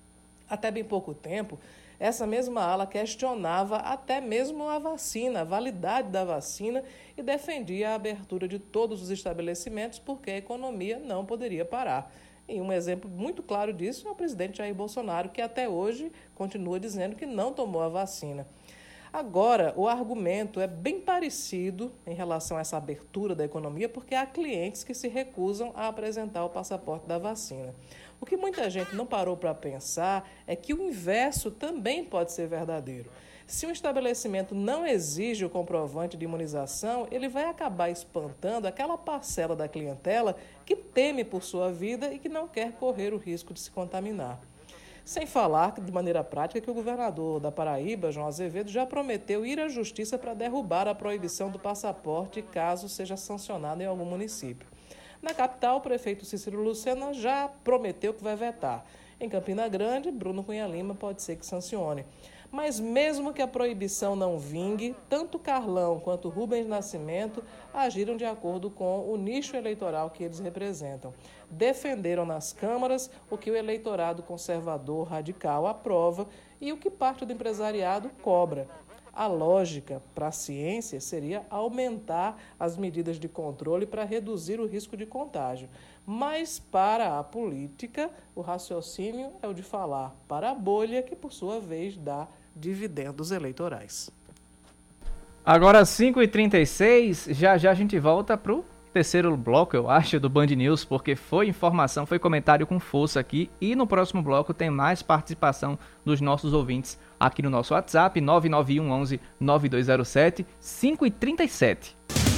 Até bem pouco tempo, essa mesma ala questionava até mesmo a vacina, a validade da vacina e defendia a abertura de todos os estabelecimentos porque a economia não poderia parar. E um exemplo muito claro disso é o presidente Jair Bolsonaro, que até hoje continua dizendo que não tomou a vacina. Agora, o argumento é bem parecido em relação a essa abertura da economia, porque há clientes que se recusam a apresentar o passaporte da vacina. O que muita gente não parou para pensar é que o inverso também pode ser verdadeiro. Se um estabelecimento não exige o comprovante de imunização, ele vai acabar espantando aquela parcela da clientela que teme por sua vida e que não quer correr o risco de se contaminar. Sem falar, de maneira prática, que o governador da Paraíba, João Azevedo, já prometeu ir à justiça para derrubar a proibição do passaporte caso seja sancionado em algum município. Na capital, o prefeito Cícero Lucena já prometeu que vai vetar. Em Campina Grande, Bruno Cunha Lima pode ser que sancione. Mas mesmo que a proibição não vingue, tanto Carlão quanto Rubens Nascimento agiram de acordo com o nicho eleitoral que eles representam. Defenderam nas câmaras o que o eleitorado conservador radical aprova e o que parte do empresariado cobra. A lógica para a ciência seria aumentar as medidas de controle para reduzir o risco de contágio. Mas para a política, o raciocínio é o de falar para a bolha, que por sua vez dá dividendos eleitorais. Agora cinco e trinta e seis, já já a gente volta pro terceiro bloco, eu acho, do Band News, porque foi informação, foi comentário com força aqui, e no próximo bloco tem mais participação dos nossos ouvintes aqui no nosso WhatsApp, nove nove um onze nove dois zero sete, cinco e trinta e sete.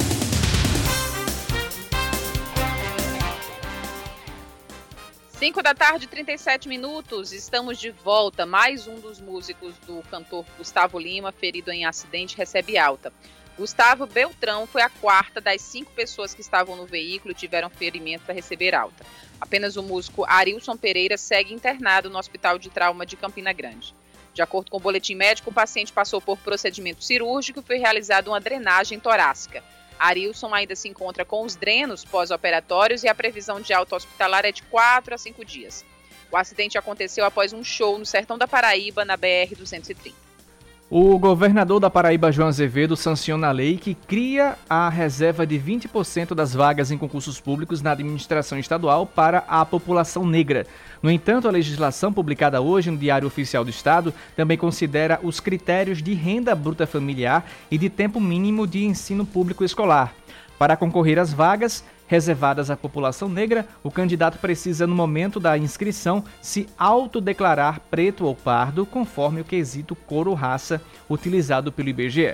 cinco da tarde, trinta e sete minutos, estamos de volta. Mais um dos músicos do cantor Gustavo Lima, ferido em acidente, recebe alta. Gustavo Beltrão foi a quarta das cinco pessoas que estavam no veículo e tiveram ferimento para receber alta. Apenas o músico Arilson Pereira segue internado no Hospital de Trauma de Campina Grande. De acordo com o boletim médico, o paciente passou por procedimento cirúrgico e foi realizada uma drenagem torácica. Arilson ainda se encontra com os drenos pós-operatórios e a previsão de alta hospitalar é de quatro a cinco dias. O acidente aconteceu após um show no sertão da Paraíba, na B R duzentos e trinta. O governador da Paraíba, João Azevedo, sanciona a lei que cria a reserva de vinte por cento das vagas em concursos públicos na administração estadual para a população negra. No entanto, a legislação publicada hoje no Diário Oficial do Estado também considera os critérios de renda bruta familiar e de tempo mínimo de ensino público escolar. Para concorrer às vagas reservadas à população negra, o candidato precisa, no momento da inscrição, se autodeclarar preto ou pardo, conforme o quesito cor ou raça utilizado pelo I B G E.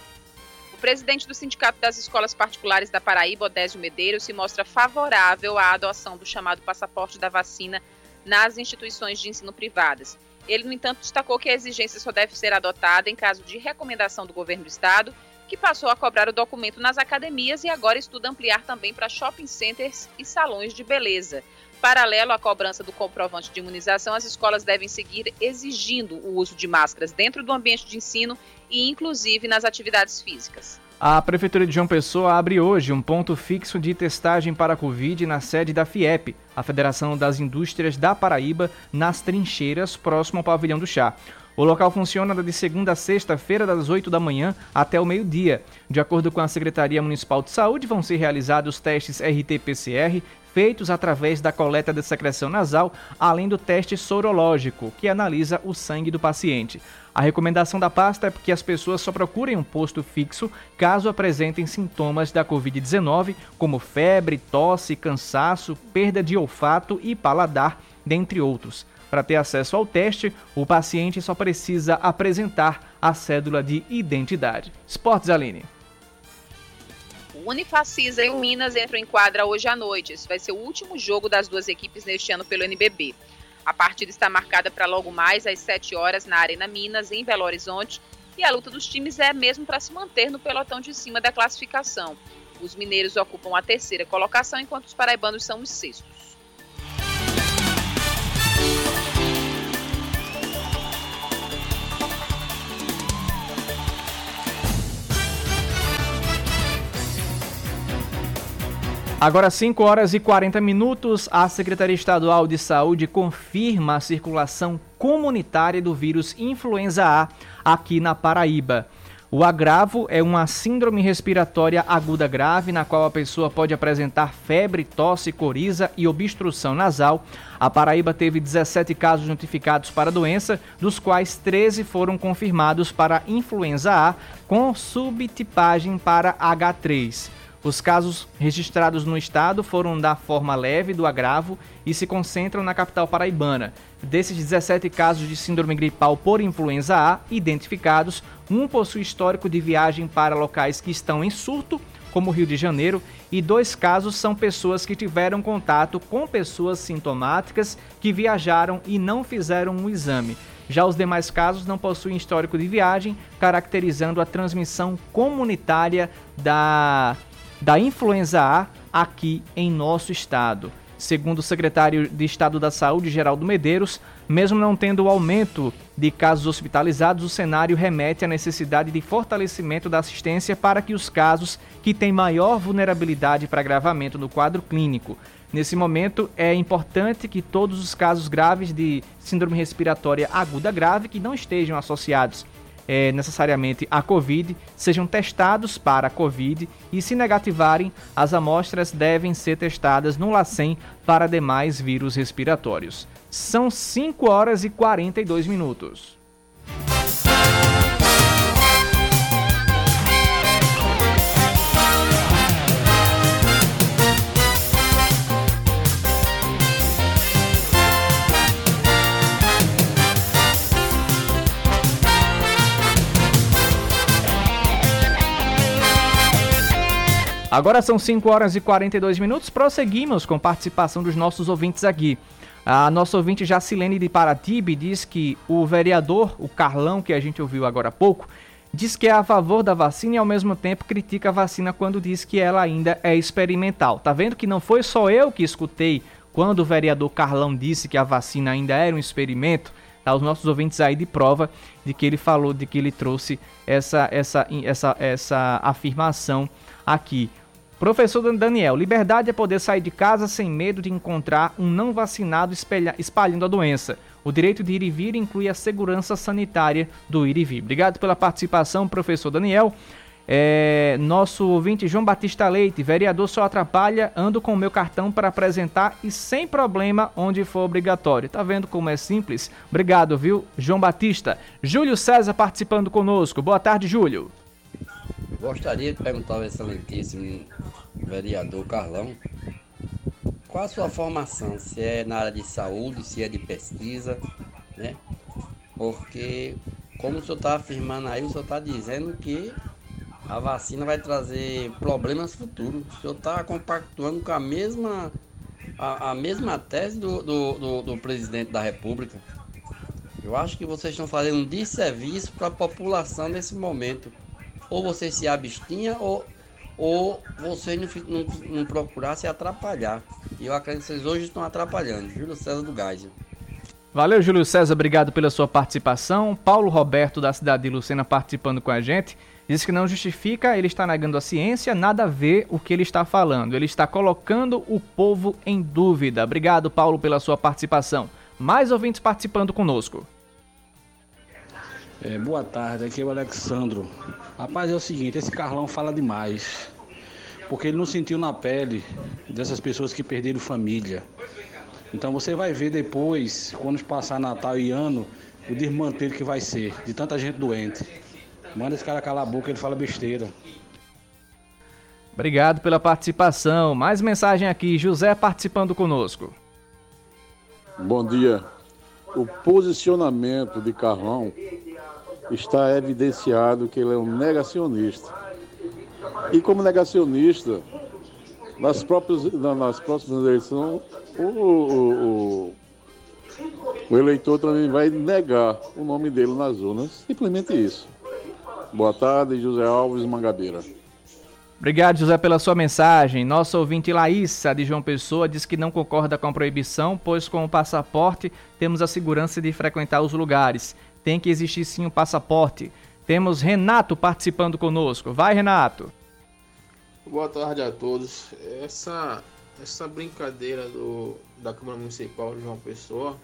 O presidente do Sindicato das Escolas Particulares da Paraíba, Odésio Medeiros, se mostra favorável à adoção do chamado passaporte da vacina nas instituições de ensino privadas. Ele, no entanto, destacou que a exigência só deve ser adotada em caso de recomendação do governo do estado, que passou a cobrar o documento nas academias e agora estuda ampliar também para shopping centers e salões de beleza. Paralelo à cobrança do comprovante de imunização, as escolas devem seguir exigindo o uso de máscaras dentro do ambiente de ensino e, inclusive, nas atividades físicas. A Prefeitura de João Pessoa abre hoje um ponto fixo de testagem para a Covid na sede da FIEP, a Federação das Indústrias da Paraíba, nas Trincheiras, próximo ao Pavilhão do Chá. O local funciona de segunda a sexta-feira, das oito da manhã até o meio-dia. De acordo com a Secretaria Municipal de Saúde, vão ser realizados testes R T P C R, feitos através da coleta de secreção nasal, além do teste sorológico, que analisa o sangue do paciente. A recomendação da pasta é que as pessoas só procurem um posto fixo caso apresentem sintomas da covid dezenove, como febre, tosse, cansaço, perda de olfato e paladar, dentre outros. Para ter acesso ao teste, o paciente só precisa apresentar a cédula de identidade. Esportes, Aline. O Unifacisa e o Minas entram em quadra hoje à noite. Esse vai ser o último jogo das duas equipes neste ano pelo N B B. A partida está marcada para logo mais às sete horas na Arena Minas, em Belo Horizonte. E a luta dos times é mesmo para se manter no pelotão de cima da classificação. Os mineiros ocupam a terceira colocação, enquanto os paraibanos são os sextos. Agora cinco horas e quarenta minutos, a Secretaria Estadual de Saúde confirma a circulação comunitária do vírus influenza A aqui na Paraíba. O agravo é uma síndrome respiratória aguda grave, na qual a pessoa pode apresentar febre, tosse, coriza e obstrução nasal. A Paraíba teve dezessete casos notificados para a doença, dos quais treze foram confirmados para influenza A, com subtipagem para H três. Os casos registrados no estado foram da forma leve do agravo e se concentram na capital paraibana. Desses dezessete casos de síndrome gripal por influenza A identificados, um possui histórico de viagem para locais que estão em surto, como Rio de Janeiro, e dois casos são pessoas que tiveram contato com pessoas sintomáticas que viajaram e não fizeram um exame. Já os demais casos não possuem histórico de viagem, caracterizando a transmissão comunitária da... da influenza A aqui em nosso estado. Segundo o secretário de Estado da Saúde, Geraldo Medeiros, mesmo não tendo o aumento de casos hospitalizados, o cenário remete à necessidade de fortalecimento da assistência para que os casos que têm maior vulnerabilidade para agravamento no quadro clínico. Nesse momento, é importante que todos os casos graves de síndrome respiratória aguda grave que não estejam associados É, necessariamente a Covid, sejam testados para a Covid e, se negativarem, as amostras devem ser testadas no LACEN para demais vírus respiratórios. São cinco horas e quarenta e dois minutos. Agora são cinco horas e quarenta e dois minutos, prosseguimos com participação dos nossos ouvintes aqui. A nossa ouvinte Jacilene de Paratibe diz que o vereador, o Carlão, que a gente ouviu agora há pouco, diz que é a favor da vacina e ao mesmo tempo critica a vacina quando diz que ela ainda é experimental. Tá vendo que não foi só eu que escutei quando o vereador Carlão disse que a vacina ainda era um experimento? Tá, os nossos ouvintes aí de prova de que ele falou, de que ele trouxe essa, essa, essa, essa afirmação aqui. Professor Daniel, liberdade é poder sair de casa sem medo de encontrar um não vacinado espelha, espalhando a doença. O direito de ir e vir inclui a segurança sanitária do ir e vir. Obrigado pela participação, professor Daniel. É, nosso ouvinte João Batista Leite, vereador só atrapalha, ando com o meu cartão para apresentar e sem problema onde for obrigatório. Tá vendo como é simples? Obrigado, viu, João Batista. Júlio César participando conosco. Boa tarde, Júlio. Gostaria de perguntar ao excelentíssimo vereador Carlão qual a sua formação, se é na área de saúde, se é de pesquisa, né? Porque, como o senhor está afirmando aí, o senhor está dizendo que a vacina vai trazer problemas futuros. O senhor está compactuando com a mesma, a, a mesma tese do, do, do, do presidente da República. Eu acho que vocês estão fazendo um desserviço para a população nesse momento. Ou você se abstinha ou, ou você não, não, não procurar se atrapalhar. E eu acredito que vocês hoje estão atrapalhando. Júlio César do Geisel. Valeu, Júlio César, obrigado pela sua participação. Paulo Roberto, da cidade de Lucena, participando com a gente. Diz que não justifica, ele está negando a ciência, nada a ver o que ele está falando. Ele está colocando o povo em dúvida. Obrigado, Paulo, pela sua participação. Mais ouvintes participando conosco. É, boa tarde, aqui é o Alexandro. Rapaz, é o seguinte, esse Carlão fala demais, porque ele não sentiu na pele dessas pessoas que perderam família. Então você vai ver depois, quando passar Natal e Ano, o desmantelho que vai ser, de tanta gente doente. Manda esse cara calar a boca, ele fala besteira. Obrigado pela participação. Mais mensagem aqui, José participando conosco. Bom dia. O posicionamento de Carlão está evidenciado que ele é um negacionista. E como negacionista, nas, próprias, nas próximas eleições, o, o, o, o eleitor também vai negar o nome dele nas urnas. Simplesmente isso. Boa tarde, José Alves Mangabeira. Obrigado, José, pela sua mensagem. Nossa ouvinte Laísa, de João Pessoa, diz que não concorda com a proibição, pois com o passaporte temos a segurança de frequentar os lugares. Tem que existir sim um passaporte. Temos Renato participando conosco. Vai, Renato. Boa tarde a todos. Essa, essa brincadeira do, da Câmara Municipal de João Pessoa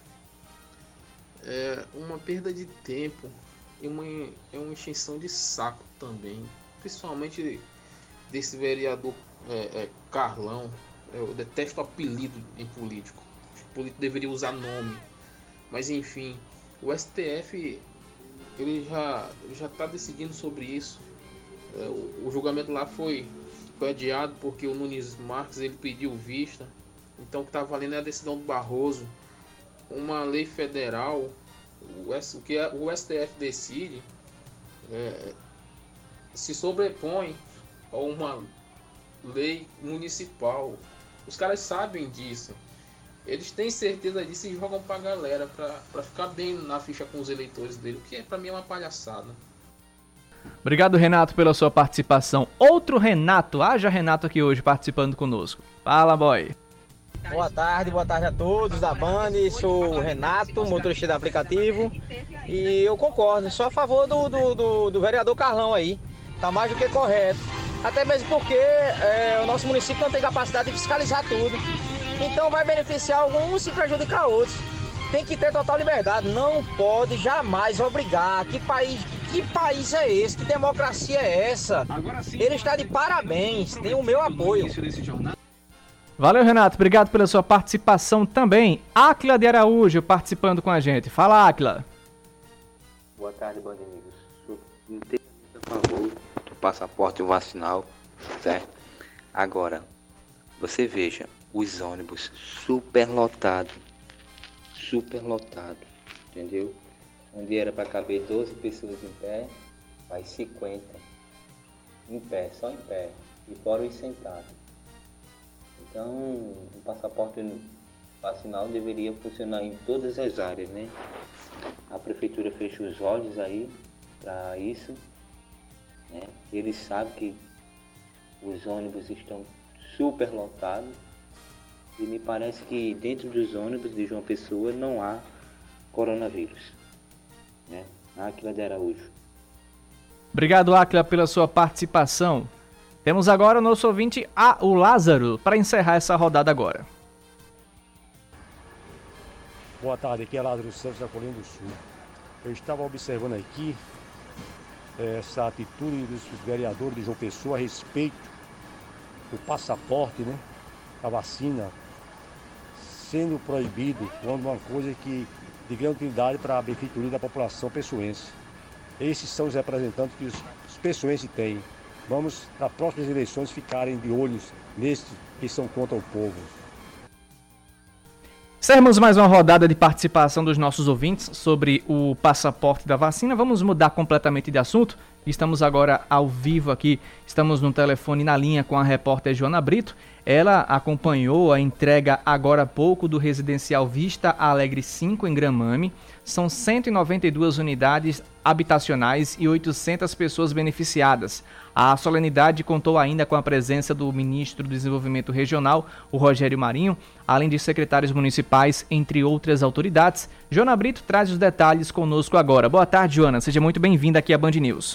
é uma perda de tempo e uma, é uma extensão de saco também. Principalmente desse vereador é, é, Carlão. Eu detesto apelido em político. O político deveria usar nome. Mas enfim, o S T F ele já já está decidindo sobre isso. É, o, o julgamento lá foi, foi adiado porque o Nunes Marques ele pediu vista. Então o que está valendo é a decisão do Barroso. Uma lei federal, o, S, o que é, o S T F decide é, se sobrepõe a uma lei municipal. Os caras sabem disso. Eles têm certeza disso e jogam pra galera pra, pra ficar bem na ficha com os eleitores dele, o que pra mim é uma palhaçada. Obrigado, Renato, pela sua participação. Outro Renato, haja Renato aqui hoje participando conosco. Fala, boy. Boa tarde, boa tarde a todos da Band. Sou o Renato, motorista do aplicativo. E eu concordo, sou a favor do, do, do, do vereador Carlão aí. Tá mais do que correto. Até mesmo porque é, o nosso município não tem capacidade de fiscalizar tudo. Então vai beneficiar alguns e prejudicar outros. Tem que ter total liberdade. Não pode jamais obrigar. Que país, que país é esse? Que democracia é essa? Ele está de parabéns. Tem o meu apoio. Valeu, Renato. Obrigado pela sua participação também. Áquila de Araújo participando com a gente. Fala, Áquila. Boa tarde, Band Amigos. Sou inteiramente a favor do passaporte vacinal, certo? Agora, você veja, os ônibus super lotados, super lotados, entendeu? Onde era para caber doze pessoas em pé, vai cinquenta em pé, só em pé. e fora os sentados. Então, o passaporte vacinal deveria funcionar em todas as áreas, né? A prefeitura fecha os olhos aí para isso, né? Eles sabem que os ônibus estão super lotados e me parece que dentro dos ônibus de João Pessoa não há coronavírus, né? Áquila de Araújo. Obrigado, Áquila, pela sua participação. Temos agora o nosso ouvinte, a, o Lázaro, para encerrar essa rodada agora. Boa tarde, aqui é Lázaro Santos, da Colina do Sul. Eu estava observando aqui essa atitude dos vereadores de João Pessoa a respeito do passaporte, né, a vacina, sendo proibido quando uma coisa que de grande utilidade para a benfeitoria da população pessoense. Esses são os representantes que os, os pessoenses têm. Vamos, nas próximas eleições, ficarem de olhos nestes que são contra o povo. Encerramos mais uma rodada de participação dos nossos ouvintes sobre o passaporte da vacina. Vamos mudar completamente de assunto. Estamos agora ao vivo aqui, estamos no telefone na linha com a repórter Joana Brito. Ela acompanhou a entrega agora há pouco do residencial Vista Alegre cinco em Gramame. São cento e noventa e duas unidades habitacionais e oitocentas pessoas beneficiadas. A solenidade contou ainda com a presença do ministro do Desenvolvimento Regional, o Rogério Marinho, além de secretários municipais, entre outras autoridades. Joana Brito traz os detalhes conosco agora. Boa tarde, Joana. Seja muito bem-vinda aqui à Band News.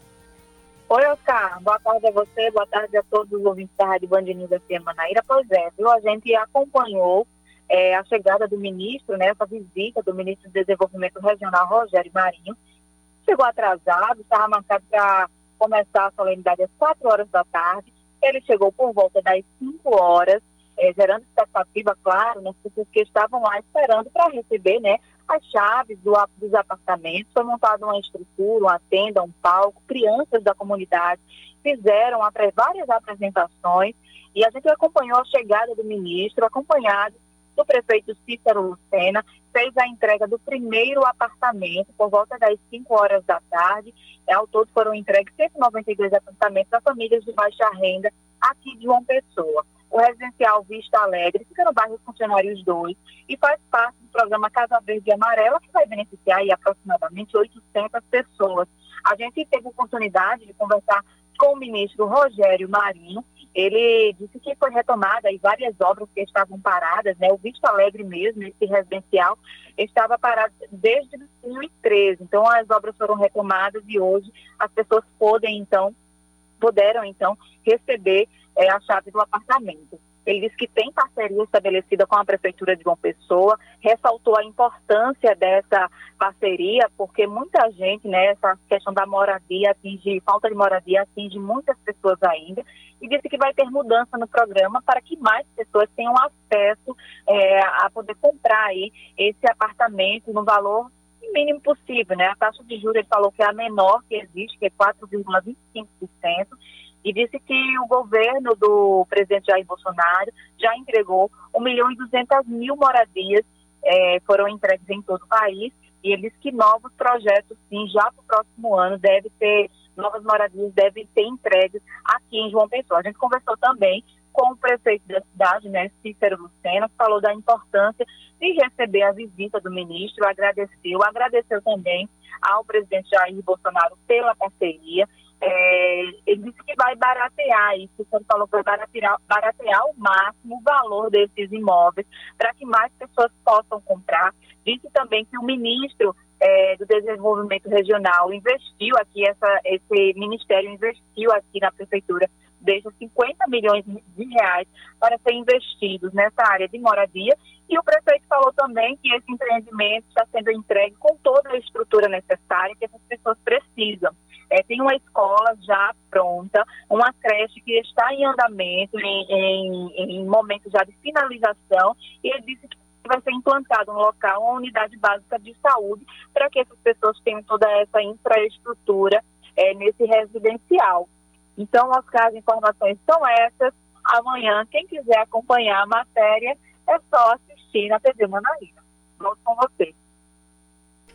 Oi, Oscar. Boa tarde a você, boa tarde a todos os ouvintes da Rádio Band News F M Manaíra. Pois é, viu? A gente acompanhou é, a chegada do ministro, né, essa visita do ministro do Desenvolvimento Regional, Rogério Marinho. Chegou atrasado, estava marcado para começar a solenidade às quatro horas da tarde. Ele chegou por volta das cinco horas, é, gerando expectativa, claro, nas pessoas que estavam lá esperando para receber, né, as chaves do, dos apartamentos. Foi montada uma estrutura, uma tenda, um palco, crianças da comunidade fizeram várias apresentações e a gente acompanhou a chegada do ministro, acompanhado do prefeito Cícero Lucena, fez a entrega do primeiro apartamento por volta das cinco horas da tarde. Ao todo foram entregues cento e noventa e dois apartamentos a famílias de baixa renda aqui de João Pessoa. O residencial Vista Alegre fica no bairro Funcionários dois e faz parte do programa Casa Verde e Amarela, que vai beneficiar aí aproximadamente oitocentas pessoas. A gente teve a oportunidade de conversar com o ministro Rogério Marinho. Ele disse que foi retomada aí várias obras que estavam paradas, né? O Vista Alegre mesmo, esse residencial, estava parado desde dois mil e treze. Então, as obras foram retomadas e hoje as pessoas podem, então, puderam, então, receber é, a chave do apartamento. Ele disse que tem parceria estabelecida com a Prefeitura de João Pessoa, ressaltou a importância dessa parceria, porque muita gente, né, essa questão da moradia atinge, falta de moradia atinge muitas pessoas ainda, e disse que vai ter mudança no programa para que mais pessoas tenham acesso é, a poder comprar aí esse apartamento no valor mínimo possível, né? A taxa de juros, ele falou que é a menor que existe, que é quatro vírgula vinte e cinco por cento, e disse que o governo do presidente Jair Bolsonaro já entregou um milhão e duzentas mil moradias, é, foram entregues em todo o país, e ele disse que novos projetos, sim, já para o próximo ano, deve ter, novas moradias devem ser entregues aqui em João Pessoa. A gente conversou também com o prefeito da cidade, né, Cícero Lucena, que falou da importância de receber a visita do ministro, agradeceu, agradeceu também ao presidente Jair Bolsonaro pela parceria. É, ele disse que vai baratear isso, ele falou que vai baratear, baratear ao máximo o valor desses imóveis para que mais pessoas possam comprar. Disse também que o ministro é, do Desenvolvimento Regional investiu aqui, essa, esse ministério investiu aqui na prefeitura, deixa cinquenta milhões de reais para serem investidos nessa área de moradia, e o prefeito falou também que esse empreendimento está sendo entregue com toda a estrutura necessária que essas pessoas precisam. É, tem uma escola já pronta, uma creche que está em andamento, em, em, em momento já de finalização, e ele disse que vai ser implantado no local uma unidade básica de saúde para que essas pessoas tenham toda essa infraestrutura é, nesse residencial. Então, Oscar, as informações são essas. Amanhã, quem quiser acompanhar a matéria, é só assistir na T V Manaíra. Volto com você.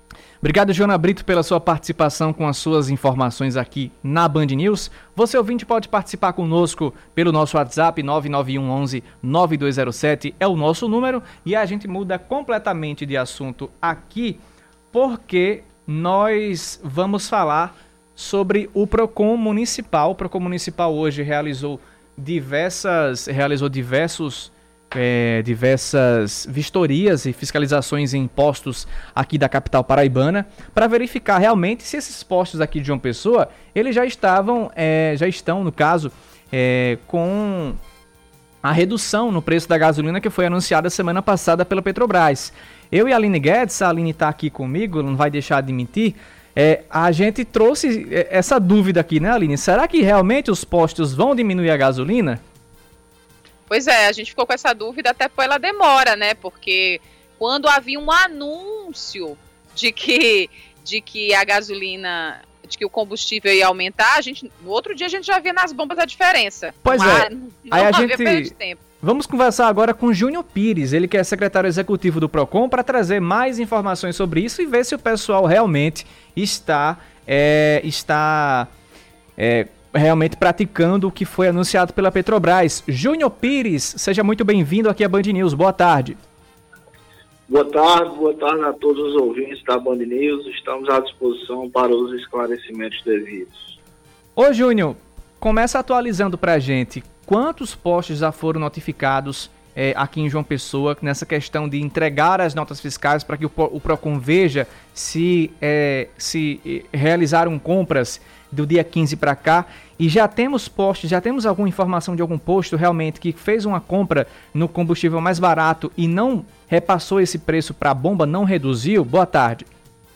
Obrigado, Joana Brito, pela sua participação com as suas informações aqui na Band News. Você, ouvinte, pode participar conosco pelo nosso WhatsApp nove nove um onze nove dois zero sete, é o nosso número, e a gente muda completamente de assunto aqui, porque nós vamos falar sobre o PROCON Municipal. O PROCON Municipal hoje realizou diversas, realizou diversos... É, diversas vistorias e fiscalizações em postos aqui da capital paraibana para verificar realmente se esses postos aqui de João Pessoa, eles já estavam, é, já estão, no caso, é, com a redução no preço da gasolina que foi anunciada semana passada pela Petrobras. Eu e a Aline Guedes, a Aline está aqui comigo, não vai deixar de mentir, é, a gente trouxe essa dúvida aqui, né, Aline? Será que realmente os postos vão diminuir a gasolina? Pois é, a gente ficou com essa dúvida até pela demora, né? Porque quando havia um anúncio de que, de que a gasolina, de que o combustível ia aumentar, a gente, no outro dia a gente já via nas bombas a diferença. Pois não é. Há, não Aí a havia gente... perda de tempo. Vamos conversar agora com Júnior Pires, ele que é secretário executivo do PROCON, para trazer mais informações sobre isso e ver se o pessoal realmente está... É, está é, realmente praticando o que foi anunciado pela Petrobras. Júnior Pires, seja muito bem-vindo aqui à Band News. Boa tarde. Boa tarde, boa tarde a todos os ouvintes da Band News. Estamos à disposição para os esclarecimentos devidos. Ô Júnior, começa atualizando para a gente quantos postos já foram notificados é, aqui em João Pessoa nessa questão de entregar as notas fiscais para que o, o PROCON veja se, é, se realizaram compras do dia quinze para cá, e já temos postos, já temos alguma informação de algum posto realmente que fez uma compra no combustível mais barato e não repassou esse preço para a bomba, não reduziu? Boa tarde.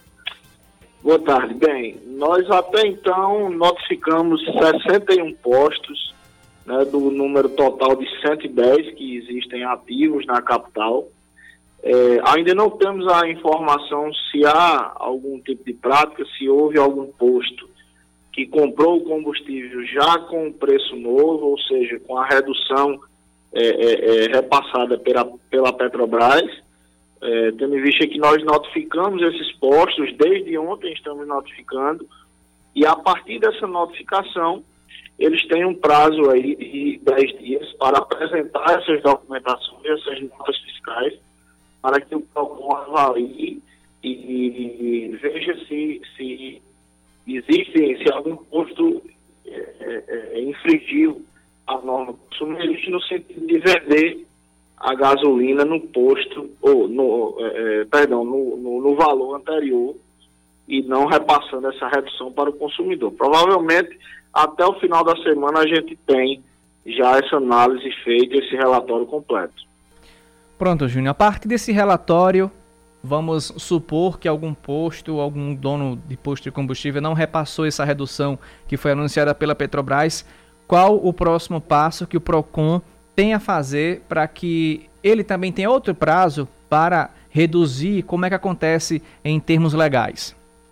Boa tarde. Bem, nós até então notificamos sessenta e um postos, né, do número total de cento e dez que existem ativos na capital. É, ainda não temos a informação se há algum tipo de prática, se houve algum posto que comprou o combustível já com o preço novo, ou seja, com a redução é, é, é, repassada pela, pela Petrobras, é, tendo em vista que nós notificamos esses postos, desde ontem estamos notificando, e a partir dessa notificação, eles têm um prazo aí de dez dias para apresentar essas documentações, essas notas fiscais, para que o PROCON avalie e, e, e veja se... se existe, se algum posto é, é, infringiu a norma consumerista no sentido de vender a gasolina no posto, ou no, é, perdão, no, no, no valor anterior e não repassando essa redução para o consumidor. Provavelmente, até o final da semana, a gente tem já essa análise feita, esse relatório completo. Pronto, Júnior. A partir desse relatório, vamos supor que algum posto, algum dono de posto de combustível não repassou essa redução que foi anunciada pela Petrobras. Qual o próximo passo que o PROCON tem a fazer para que ele também tenha outro prazo para reduzir? Como é que acontece em termos legais?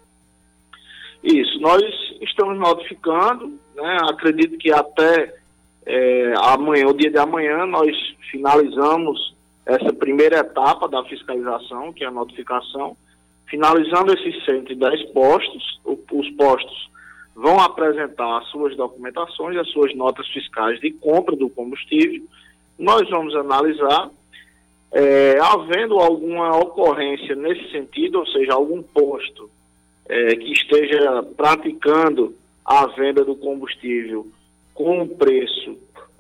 Isso, nós estamos notificando, né? Acredito que até é, amanhã, o dia de amanhã, nós finalizamos essa primeira etapa da fiscalização, que é a notificação. Finalizando esses cento e dez postos, os postos vão apresentar as suas documentações, as suas notas fiscais de compra do combustível. Nós vamos analisar, é, havendo alguma ocorrência nesse sentido, ou seja, algum posto é, que esteja praticando a venda do combustível com um preço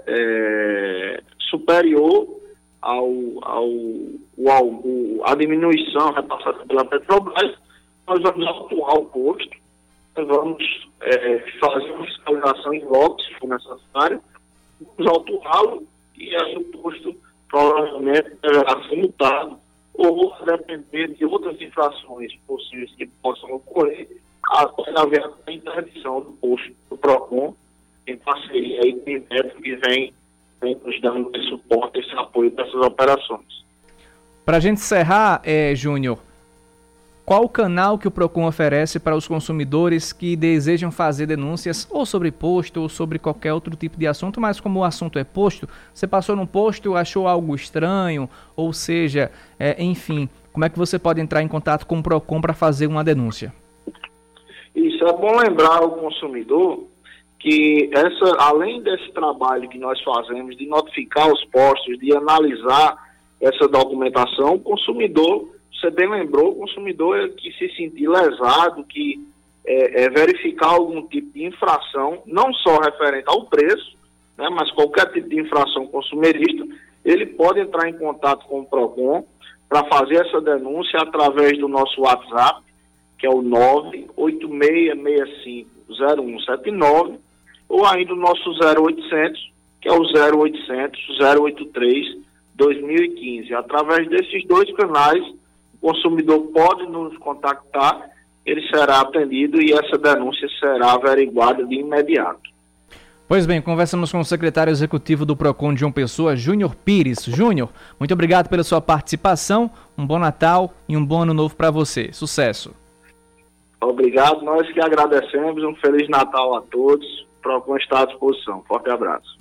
é, superior Ao, ao, ao, ao, a diminuição repassada pela Petrobras, nós vamos autuar o posto, vamos é, fazer uma fiscalização em loco, se for necessário, vamos autuá-lo e aí o posto provavelmente deverá ser multado ou depender de outras infrações possíveis que possam ocorrer, até haver a interdição do posto do PROCON em parceria aí com o Inmetro, que vem nos dando esse suporte, esse apoio dessas operações. Para a gente encerrar, é, Júnior, qual o canal que o PROCON oferece para os consumidores que desejam fazer denúncias ou sobre posto ou sobre qualquer outro tipo de assunto, mas como o assunto é posto, você passou num posto, achou algo estranho, ou seja, é, enfim, como é que você pode entrar em contato com o PROCON para fazer uma denúncia? Isso, é bom lembrar ao consumidor que essa, além desse trabalho que nós fazemos de notificar os postos, de analisar essa documentação, o consumidor, você bem lembrou, o consumidor é que se sentir lesado, que é, é verificar algum tipo de infração, não só referente ao preço, né, mas qualquer tipo de infração consumerista, ele pode entrar em contato com o PROCON para fazer essa denúncia através do nosso WhatsApp, que é o nove oito seis seis cinco zero um sete nove, ou ainda o nosso zero oitocentos, que é o zero oitocentos, zero oito três, dois mil e quinze. Através desses dois canais, o consumidor pode nos contactar, ele será atendido e essa denúncia será averiguada de imediato. Pois bem, conversamos com o secretário executivo do PROCON de João Pessoa, Júnior Pires. Júnior, muito obrigado pela sua participação, um bom Natal e um bom Ano Novo para você. Sucesso! Obrigado, nós que agradecemos, um Feliz Natal a todos, o PROCON está à disposição. Forte abraço.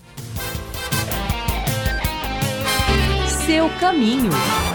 Seu caminho.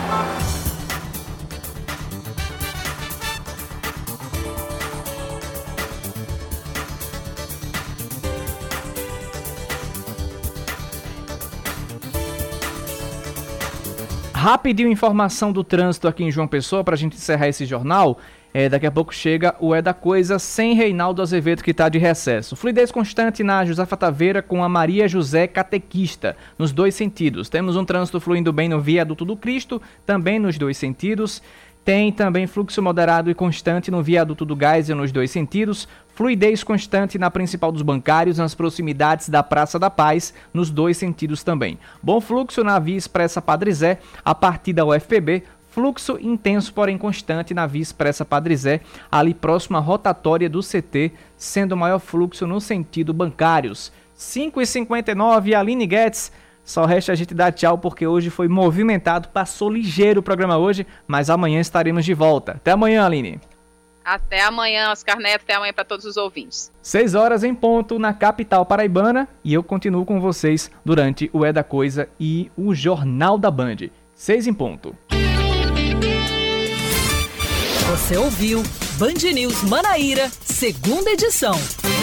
Rapidinho, informação do trânsito aqui em João Pessoa para a gente encerrar esse jornal. É, daqui a pouco chega o É da Coisa sem Reinaldo Azevedo, que está de recesso. Fluidez constante na Josefa Taveira com a Maria José Catequista, nos dois sentidos. Temos um trânsito fluindo bem no Viaduto do Cristo, também nos dois sentidos. Tem também fluxo moderado e constante no Viaduto do Geisel, nos dois sentidos. Fluidez constante na Principal dos Bancários, nas proximidades da Praça da Paz, nos dois sentidos também. Bom fluxo na Via Expressa Padre Zé, a partir da U F P B. Fluxo intenso, porém constante na Via Expressa Padre Zé, ali próximo à rotatória do C T, sendo o maior fluxo no sentido bancários. cinco e cinquenta e nove, Aline Guedes, só resta a gente dar tchau porque hoje foi movimentado, passou ligeiro o programa hoje, mas amanhã estaremos de volta. Até amanhã, Aline. Até amanhã, Oscar Neto, até amanhã para todos os ouvintes. seis horas em ponto na capital paraibana e eu continuo com vocês durante o É da Coisa e o Jornal da Band. seis em ponto. Você ouviu Band News Manaíra, segunda edição.